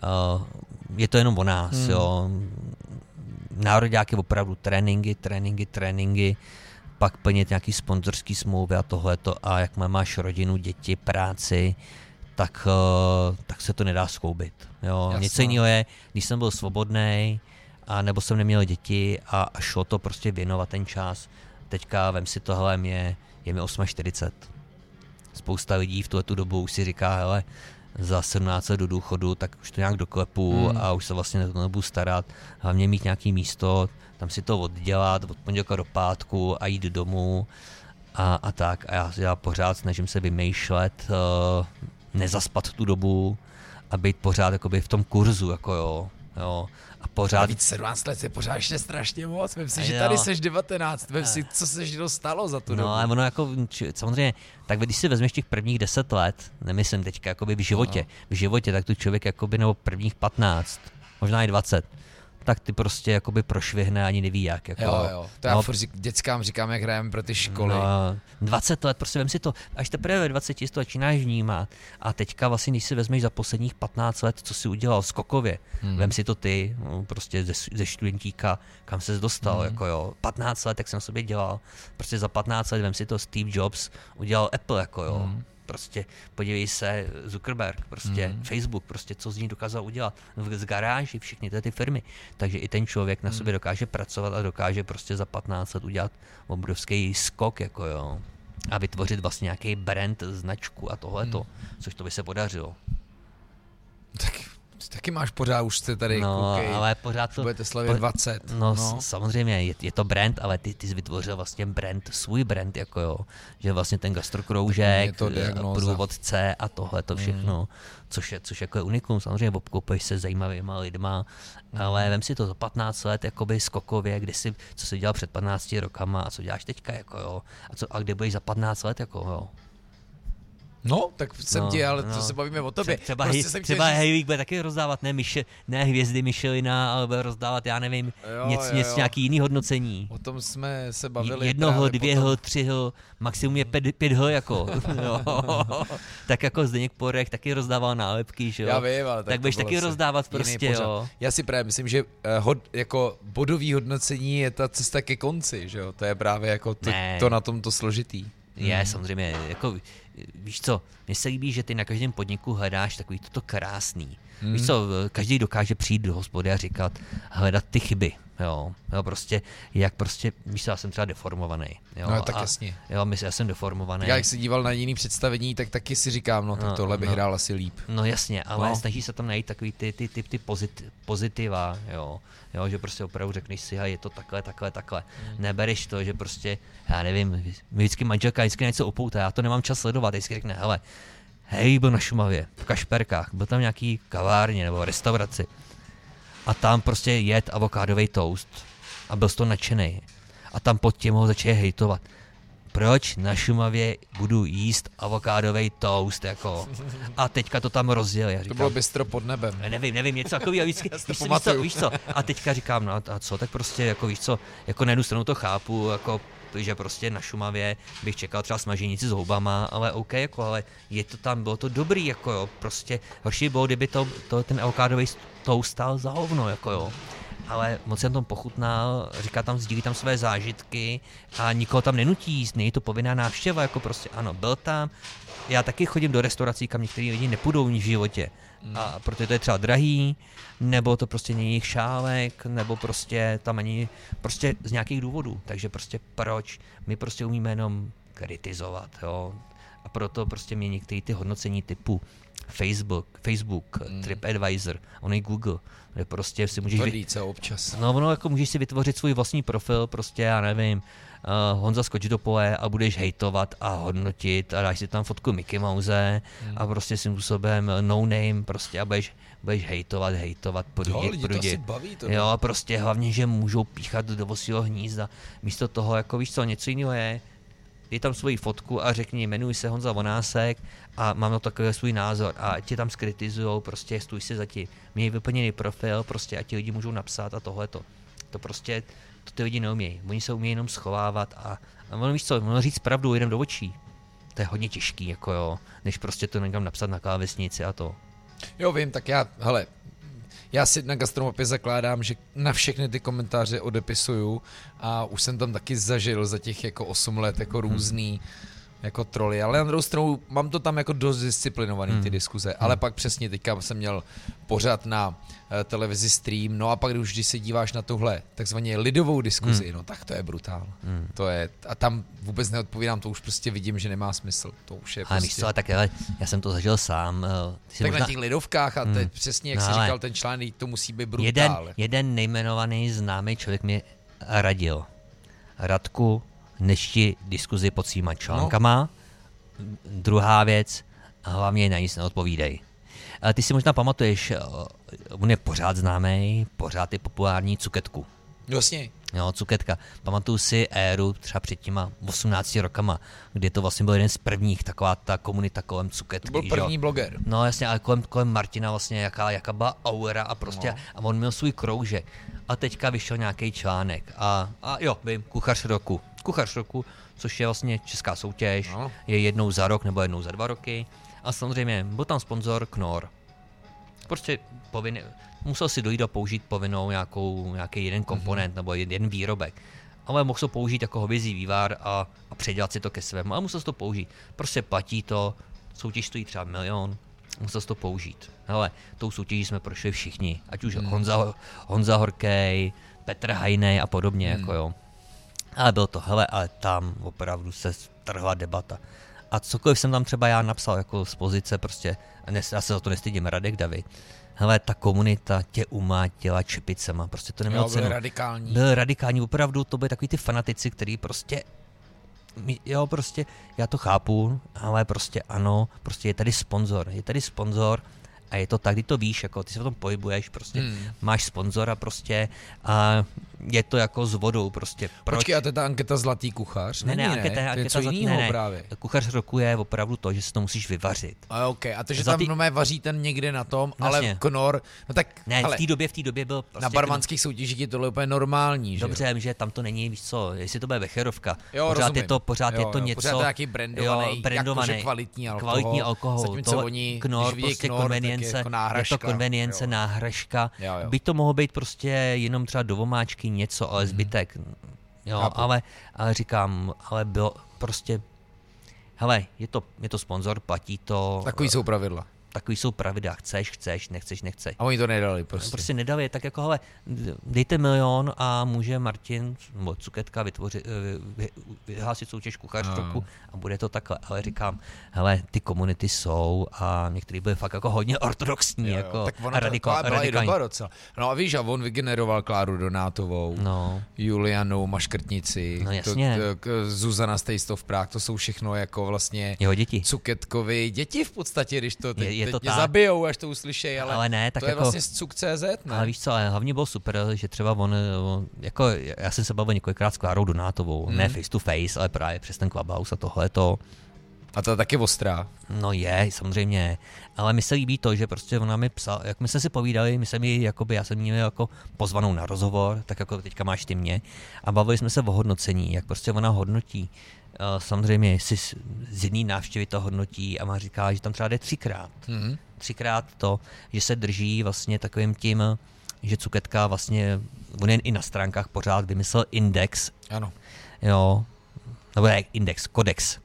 Je to jenom o nás, jo. Nároďák je opravdu tréninky, pak plnit nějaký sponzorský smlouvy a tohleto a jak máš rodinu, děti, práci, tak se to nedá skloubit. Jo. Něco jiného je, když jsem byl svobodnej, a nebo jsem neměl děti a šlo to prostě věnovat ten čas. Teďka vem si tohle, je mi 48. Spousta lidí v tuhletu dobu už si říká, hele, za 17 let do důchodu, tak už to nějak doklepu a už se vlastně na to nebudu starat. Hlavně mít nějaký místo, tam si to oddělat od pondělka do pátku a jít domů a tak. A já pořád snažím se vymýšlet, nezaspat tu dobu a být pořád jakoby v tom kurzu, jako jo. A pořád... Víc 17 let je pořád ještě strašně moc. Vem si, že tady seš 19. Vem si, co se dostalo za tu dobu. No, ale ono jako, samozřejmě, tak když si vezmeš těch prvních 10 let, nemyslím teďka jakoby v životě, tak tu člověk jakoby, nebo prvních 15, možná i 20, tak ty prostě jakoby prošvihne, ani neví jak. Jako, jo. To já furt dětskám říkám, jak hrajeme pro ty školy. No, 20 let, prostě vem si to, až teprve ve 20 to začínáš vnímat. A teďka vlastně, když si vezmeš za posledních 15 let, co si udělal skokově, vem si to ty, prostě ze studentíka, kam ses dostal, jako jo. 15 let, jak jsem sobě dělal, prostě za 15 let, vem si to Steve Jobs udělal Apple, jako jo. prostě podívej se Zuckerberg, prostě Facebook, prostě co z ní dokázal udělat, z garáži, všechny ty firmy, takže i ten člověk na sobě dokáže pracovat a dokáže prostě za 15 let udělat obrovský skok, jako jo, a vytvořit vlastně nějaký brand, značku a tohleto, což to by se podařilo. Taky máš pořád, už jste tady, koukej, ale pořád to... Budete slavit 20. Samozřejmě, je to brand, ale ty jsi vytvořil vlastně brand, svůj brand, jako jo, že vlastně ten gastrokroužek, průvodce a tohle to všechno, což jako je unikum, samozřejmě obklopuješ se zajímavýma lidma, ale vem si to za 15 let, jakoby skokově, co jsi dělal před 15 rokama a co děláš teďka, jako jo, a kde budeš za 15 let, jako jo. No, tak jsem ti, ale to se bavíme o tobě. Třeba Hejvík bude taky rozdávat, ne hvězdy Michelina, ale bude rozdávat, já nevím, nějaký jiný hodnocení. O tom jsme se bavili. 1H, 2H, 3H, maximum je 5H, jako. Tak jako Zdeněk Porek taky rozdával nálepky, že jo. Já vím, ale tak budeš taky rozdávat prostě, jo. Já si právě myslím, že jako bodový hodnocení je ta cesta ke konci, že jo. To je právě jako to na tom to složitý. Je, samozřejmě, jako, víš co, mně se líbí, že ty na každém podniku hledáš takový toto krásný. Víš co, každý dokáže přijít do hospody a říkat, hledat ty chyby, jo, prostě, jak prostě, víš co, já jsem třeba deformovaný, jo. No tak jasně. Jo, já jsem deformovaný. Já jak se díval na jiný představení, tak taky si říkám, no tak tohle bych hrál asi líp. No jasně, ale snaží se tam najít takový ty pozitiva, jo, že prostě opravdu řekneš si, je to takhle. Nebereš to, že prostě, já nevím, vždycky manželka něco opoutá, já to nemám čas sledovat, vždycky řekne, hele, hej, byl na Šumavě, v Kašperkách, byl tam nějaký kavárně nebo restauraci a tam prostě jet avokádový toast a byl z toho nadšenej a tam pod tím ho začali hejtovat. Proč na Šumavě budu jíst avokádový toast, jako? A teďka to tam rozjel. Já říkám, to bylo bistro pod nebem. Nevím, něco takového. Víš co? A teďka říkám, no a co, tak prostě, jako víš co, jako na jednu stranu to chápu, jako že prostě na Šumavě bych čekal třeba smaženici s houbama, ale OK, jako, ale bylo to dobrý, jako jo, prostě horší bylo, kdyby ten avokádový toast stál za hovno, jako jo. Ale moc jsem tom pochutnal, sdílí tam své zážitky a nikoho tam nenutí jíst, není to povinná návštěva, jako prostě ano, byl tam. Já taky chodím do restaurací, kam některý lidi nepůjdou v životě, a protože to je třeba drahý, nebo to prostě není jejich šálek, nebo prostě tam ani prostě z nějakých důvodů, takže prostě proč? My prostě umíme jenom kritizovat, jo. A proto prostě mě některé ty hodnocení typu Facebook, TripAdvisor, on i Google, kde prostě si můžeš... občas. No, jako můžeš si vytvořit svůj vlastní profil, prostě, já nevím, Honza Skoč do pole a budeš hejtovat a hodnotit a dáš si tam fotku Mickey Mouse a prostě si způsobem no name prostě a budeš hejtovat, prudit. Jo, a prostě hlavně, že můžou píchat do vosího hnízda. Místo toho, jako víš co, něco jiného je, dej tam svoji fotku a řekni, jmenuji se Honza Vonásek a mám na takový svůj názor a tě tam skritizujou, prostě stůj si za tím. Měj vyplněný profil, prostě a ti lidi můžou napsat a tohleto. To prostě, to ty lidi neumějí. Oni se umějí jenom schovávat a víš co, ono říct pravdu lidem do očí. To je hodně těžký, jako jo, než prostě to někam napsat na klávesnici a to. Jo, vím, tak já si na Gastromapě zakládám, že na všechny ty komentáře odepisuju a už jsem tam taky zažil za těch jako 8 let jako různý jako troly, ale na druhou stranu mám to tam jako dost disciplinovaný ty diskuze, ale pak přesně teďka jsem měl pořád na televizi stream, no a pak když se díváš na tuhle takzvaně lidovou diskuzi, no tak to je brutál. To je, a tam vůbec neodpovídám, to už prostě vidím, že nemá smysl. To už je prostě... víš co, tak já jsem to zažil sám. Tak možná... na těch lidovkách a teď přesně, jak jsi říkal, ten článek, to musí být brutál. Jeden nejmenovaný známý člověk mi radil. Radku, nešti diskuzi pod svýma článkama. Druhá věc, hlavně na nic neodpovídej. Ty si možná pamatuješ, on je pořád známý, pořád je populární Cuketku. Jasně. Jo, Cuketka. Pamatuju si éru třeba před těma 18 rokama, kdy to vlastně byl jeden z prvních, taková ta komunita kolem Cuketky. To byl první bloger. No jasně, ale kolem Martina vlastně jaká byla aura a prostě, a on měl svůj kroužek. A teďka vyšel nějaký článek a jo, vím, Kuchař roku, což je vlastně česká soutěž, je jednou za rok nebo jednou za 2 roky. A samozřejmě byl tam sponzor Knorr. Prostě povinný, musel si dojít a použít povinnou nějaký jeden komponent nebo jeden výrobek. Ale mohl to použít jako hovězí vývar a předělat si to ke svému. Ale musel si to použít. Prostě platí to soutěž stojí třeba 1 milion, musel jsi to použít. Hele, tou soutěží jsme prošli všichni, ať už Honza Horkej, Petr Hajnej a podobně, jako jo. Ale bylo to, hele, ale tam opravdu se strhla debata. A cokoliv jsem tam třeba já napsal jako z pozice prostě, já se za to nestydím, Radek David, hele, ta komunita tě umátila čepicema, prostě to nemělo cenu. Byl radikální, opravdu, to byly takový ty fanatici, který prostě, jo, prostě, já to chápu, ale prostě ano, prostě je tady sponzor a je to tak, kdy to víš, jako ty se v tom pohybuješ, prostě máš sponzora prostě a je to jako s vodou prostě. Počkej, a to je ta anketa Zlatý kuchař? Ne, anketa právě. Kuchař roku je opravdu to, že si to musíš vyvařit. A to, že tam vaří ten někde na tom, vlastně. Ale knor, no tak... Ne, v té době byl prostě... Na barmanských soutěžích je tohle úplně normální, že? Dobře, že tam to není, víš co, jestli to bude Becherovka, jo, pořád je to něco... Pořád to nějaký brandovaný, jakože kvalitní alkohol. Zatímco oni, knor, prostě konvenience, je to konvenience, náhražka. Byť to mohlo být prostě jenom třeba do vomáčky něco, ale zbytek. Jo, ale říkám, ale bylo prostě, hele, je to sponzor, platí to. Takový jsou pravidla. Takový jsou pravidla, chceš, nechceš. A oni to nedali prostě. Prostě nedali, tak jako hele, dejte 1 milion a může Martin, nebo Cuketka vyhlásit soutěž kuchař roku a bude to takhle. Ale říkám, hele, ty komunity jsou a některý byly fakt jako hodně ortodoxní, jako tak ona radikální. Docela. No a víš, a on vygeneroval Kláru Donátovou, Julianu Maškrtnici, no jasně. Zuzana Stejstov Prák, to jsou všechno jako vlastně jeho děti. Cuketkovi děti v podstatě, když to teď to mě zabijou, až to uslyšej, ale ne, tak to je jako, vlastně z Cuk.cz, ne? Ale víš co, ale hlavně bylo super, že třeba on jako já jsem se bavil několikrát s Klárou Donátovou, ne face to face, ale právě přes ten Clubhouse a tohleto. A to je taky ostrá. No je, samozřejmě, ale mi se líbí to, že prostě ona mi psala, jak my jsme si povídali, já jsem měl jako pozvanou na rozhovor, tak jako teďka máš ty mě, a bavili jsme se o hodnocení, jak prostě ona hodnotí. Samozřejmě, jestli z jedné návštěvy to hodnotí a má říká, že tam třeba jde 3krát. 3krát to, že se drží vlastně takovým tím, že Cuketka vlastně, on jen i na stránkách pořád vymyslel index. Ano. Jo, nebo jak index, kodex,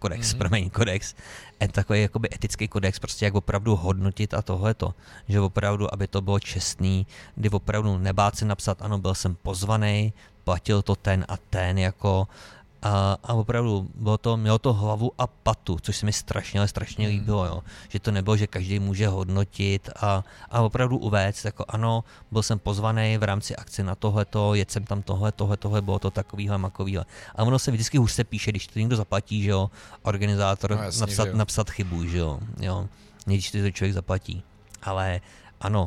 takový jakoby etický kodex, prostě jak opravdu hodnotit a tohleto, že opravdu, aby to bylo čestný, kdy opravdu nebát se napsat, ano, byl jsem pozvaný, platil to ten a ten, jako a opravdu mělo to hlavu a patu, což se mi strašně líbilo, jo. Že to nebylo, že každý může hodnotit a opravdu uvést, jako ano, byl jsem pozvaný v rámci akce na tohleto, jedl jsem tam tohle, bylo to takovýhle, makovýhle. A ono se vždycky hůř se píše, když to někdo zaplatí, že jo, organizátor, no, jasně, napsat chybu, že jo, když to člověk zaplatí. Ale ano,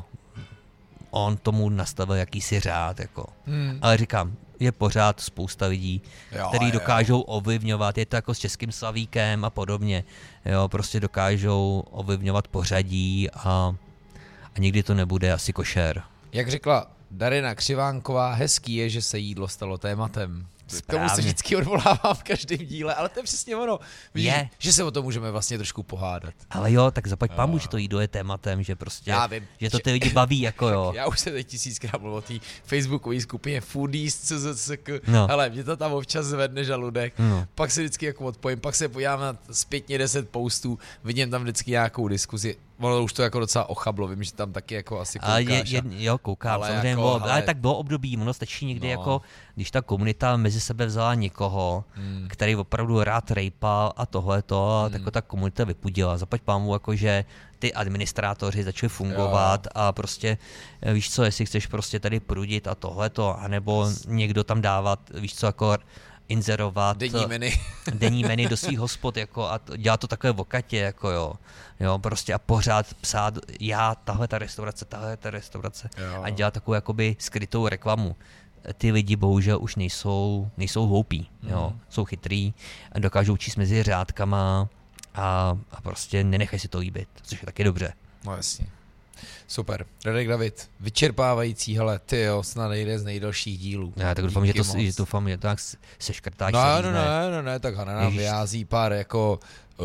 on tomu nastavil jakýsi řád, jako. Ale říkám, je pořád spousta lidí, kteří dokážou ovlivňovat, je to jako s Českým Slavíkem a podobně, jo, prostě dokážou ovlivňovat pořadí a nikdy to nebude asi košer. Jak řekla Darina Křivánková, hezký je, že se jídlo stalo tématem. K tomu se vždycky odvolávám v každém díle, ale to je přesně ono. Vidíš, že se o tom můžeme vlastně trošku pohádat. Ale jo, tak zaplať pánbůh, že to jídlo je tématem, že prostě, že to ty lidi baví, jako jo. Já už se teď 1000krát mluvil o té facebookové skupině Foodies.cz. Hele, mě to tam občas zvedne žaludek, pak se vždycky jako odpojím, pak se podívám na zpětně 10 postů, vidím tam vždycky nějakou diskuzi. Ono už to jako docela ochablo, vím, že tam taky jako asi koukáš. Jo, koukám, ale samozřejmě, jako, ale tak bylo období, ono stačí někdy jako, když ta komunita mezi sebe vzala někoho, který opravdu rád rejpal a tohleto, a tak ta komunita vypudila. Zaplať pánbůh, jako že ty administrátoři začali fungovat a prostě, víš co, jestli chceš prostě tady prudit a tohleto, anebo někdo tam dávat, víš co, jako inzerovat denní menu do svých hospod, jako, a dělat to takové vokatě, jako jo, prostě a pořád psát, tahle ta restaurace a dělat takovou jakoby skrytou reklamu. Ty lidi bohužel už nejsou hloupí, jo, jsou chytrý, dokážou číst mezi řádkama a prostě nenechají si to líbit, což je taky dobře. No jasně. Super. Radek David, vyčerpávající, hele, ty jo, snad jeden z nejdelších dílů. Já tak doufám, že to tak seškrtáš. Ne, tak Hana nám vyjází pár jako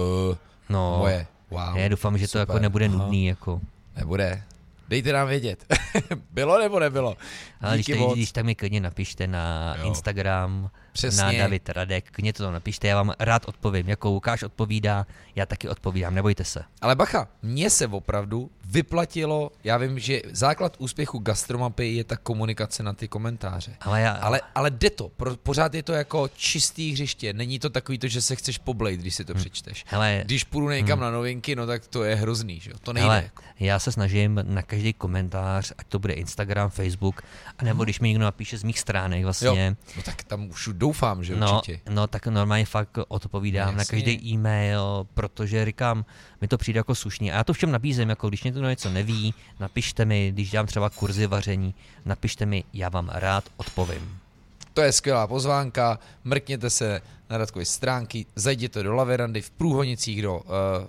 moje. Wow. Já doufám, že super. To jako nebude nudný, jako. Nebude. Dejte nám vědět. Bylo nebo nebylo? Ale když tak mi klidně napište na Instagram Přesně. na David Radek, klidně to napište, já vám rád odpovím, jako Lukáš odpovídá, já taky odpovídám, nebojte se. Ale bacha, mně se opravdu vyplatilo, já vím, že základ úspěchu Gastromapy je ta komunikace na ty komentáře. Ale jde to, pořád je to jako čistý hřiště, není to takový to, že se chceš poblejt, když si to přečteš. Když půjdu někam na novinky, no tak to je hrozný, že jo, to nejde. Jako. Já se snažím na každý komentář, ať to bude Instagram, Facebook, anebo když mi někdo napíše z mých stránek vlastně. Jo. No tak tam už doufám, že určitě. No tak normálně fakt odpovídám na každý e-mail, protože říkám, mi to přijde jako slušný. A já to všem nabízím, jako když někdo něco neví, napište mi, když dělám třeba kurzy vaření, napište mi, já vám rád odpovím. To je skvělá pozvánka, mrkněte se na Radkovy stránky, zajděte do Laverandy v Průhonicích do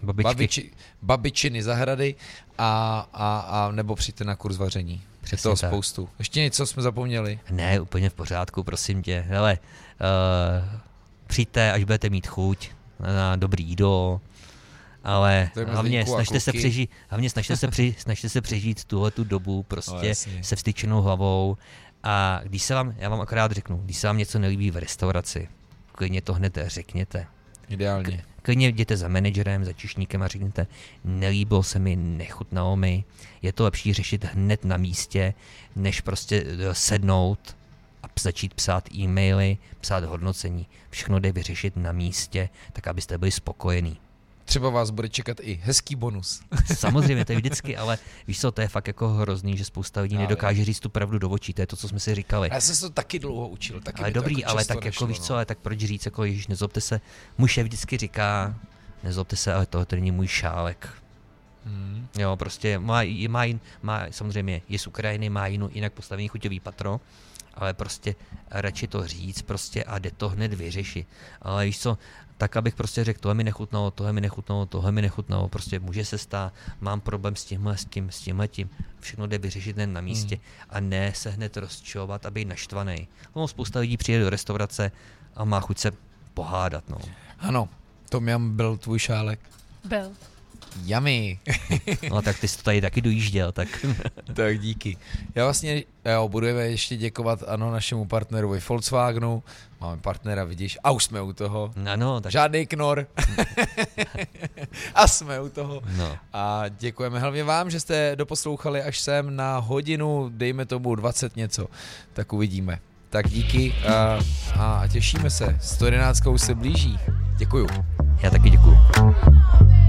Babičiny zahrady a nebo přijďte na kurz vaření. Přesně je toho tak. Spoustu. Ještě něco jsme zapomněli? Ne, úplně v pořádku, prosím tě. Hele, přijďte, až budete mít chuť na dobrý jídlo, ale hlavně snažte se přežít tuhletu dobu prostě se vztyčenou hlavou. A já vám akorát řeknu, když se vám něco nelíbí v restauraci, klidně to hned řekněte. Ideálně. Klidně jděte za manažerem, za číšníkem a řekněte, nelíbilo se mi, nechutnalo mi. Je to lepší řešit hned na místě, než prostě sednout a začít psát e-maily, psát hodnocení. Všechno jde vyřešit na místě, tak abyste byli spokojení. Třeba vás bude čekat i hezký bonus. Samozřejmě, to je vždycky, ale víš co, to je fakt jako hrozný, že spousta lidí nedokáže říct tu pravdu do očí, to je to, co jsme si říkali. Já jsem se to taky dlouho učil. Ale dobrý, jako ale tak jako víš co, ale tak proč říct, jako ježiš, nezlobte se, můj šéf vždycky říká, nezlobte se, ale tohle není můj šálek. Jo, prostě má samozřejmě, je z Ukrajiny, má jinak postavený chuťový patro, ale prostě radši to říct prostě a jde to hned vyřešit. Ale víš co, tak abych prostě řekl, tohle mi nechutnalo, prostě může se stát, mám problém s tímhletím, všechno jde vyřešit jen na místě a ne se hned rozčilovat a být naštvaný. No, spousta lidí přijde do restaurace a má chuť se pohádat, no. Ano, Tom Yum byl tvůj šálek. Byl. Yummy. No tak ty jsi to tady taky dojížděl, tak. Tak díky. Já vlastně, budeme ještě děkovat našemu partnerovi Volkswagenu. Máme partnera, vidíš, a už jsme u toho. Ano, tak. Žádný knor. A jsme u toho. No. A děkujeme hlavně vám, že jste doposlouchali až sem na hodinu, dejme tomu 20 něco. Tak uvidíme. Tak díky a těšíme se. 111 se blíží. Děkuju. Já taky děkuju.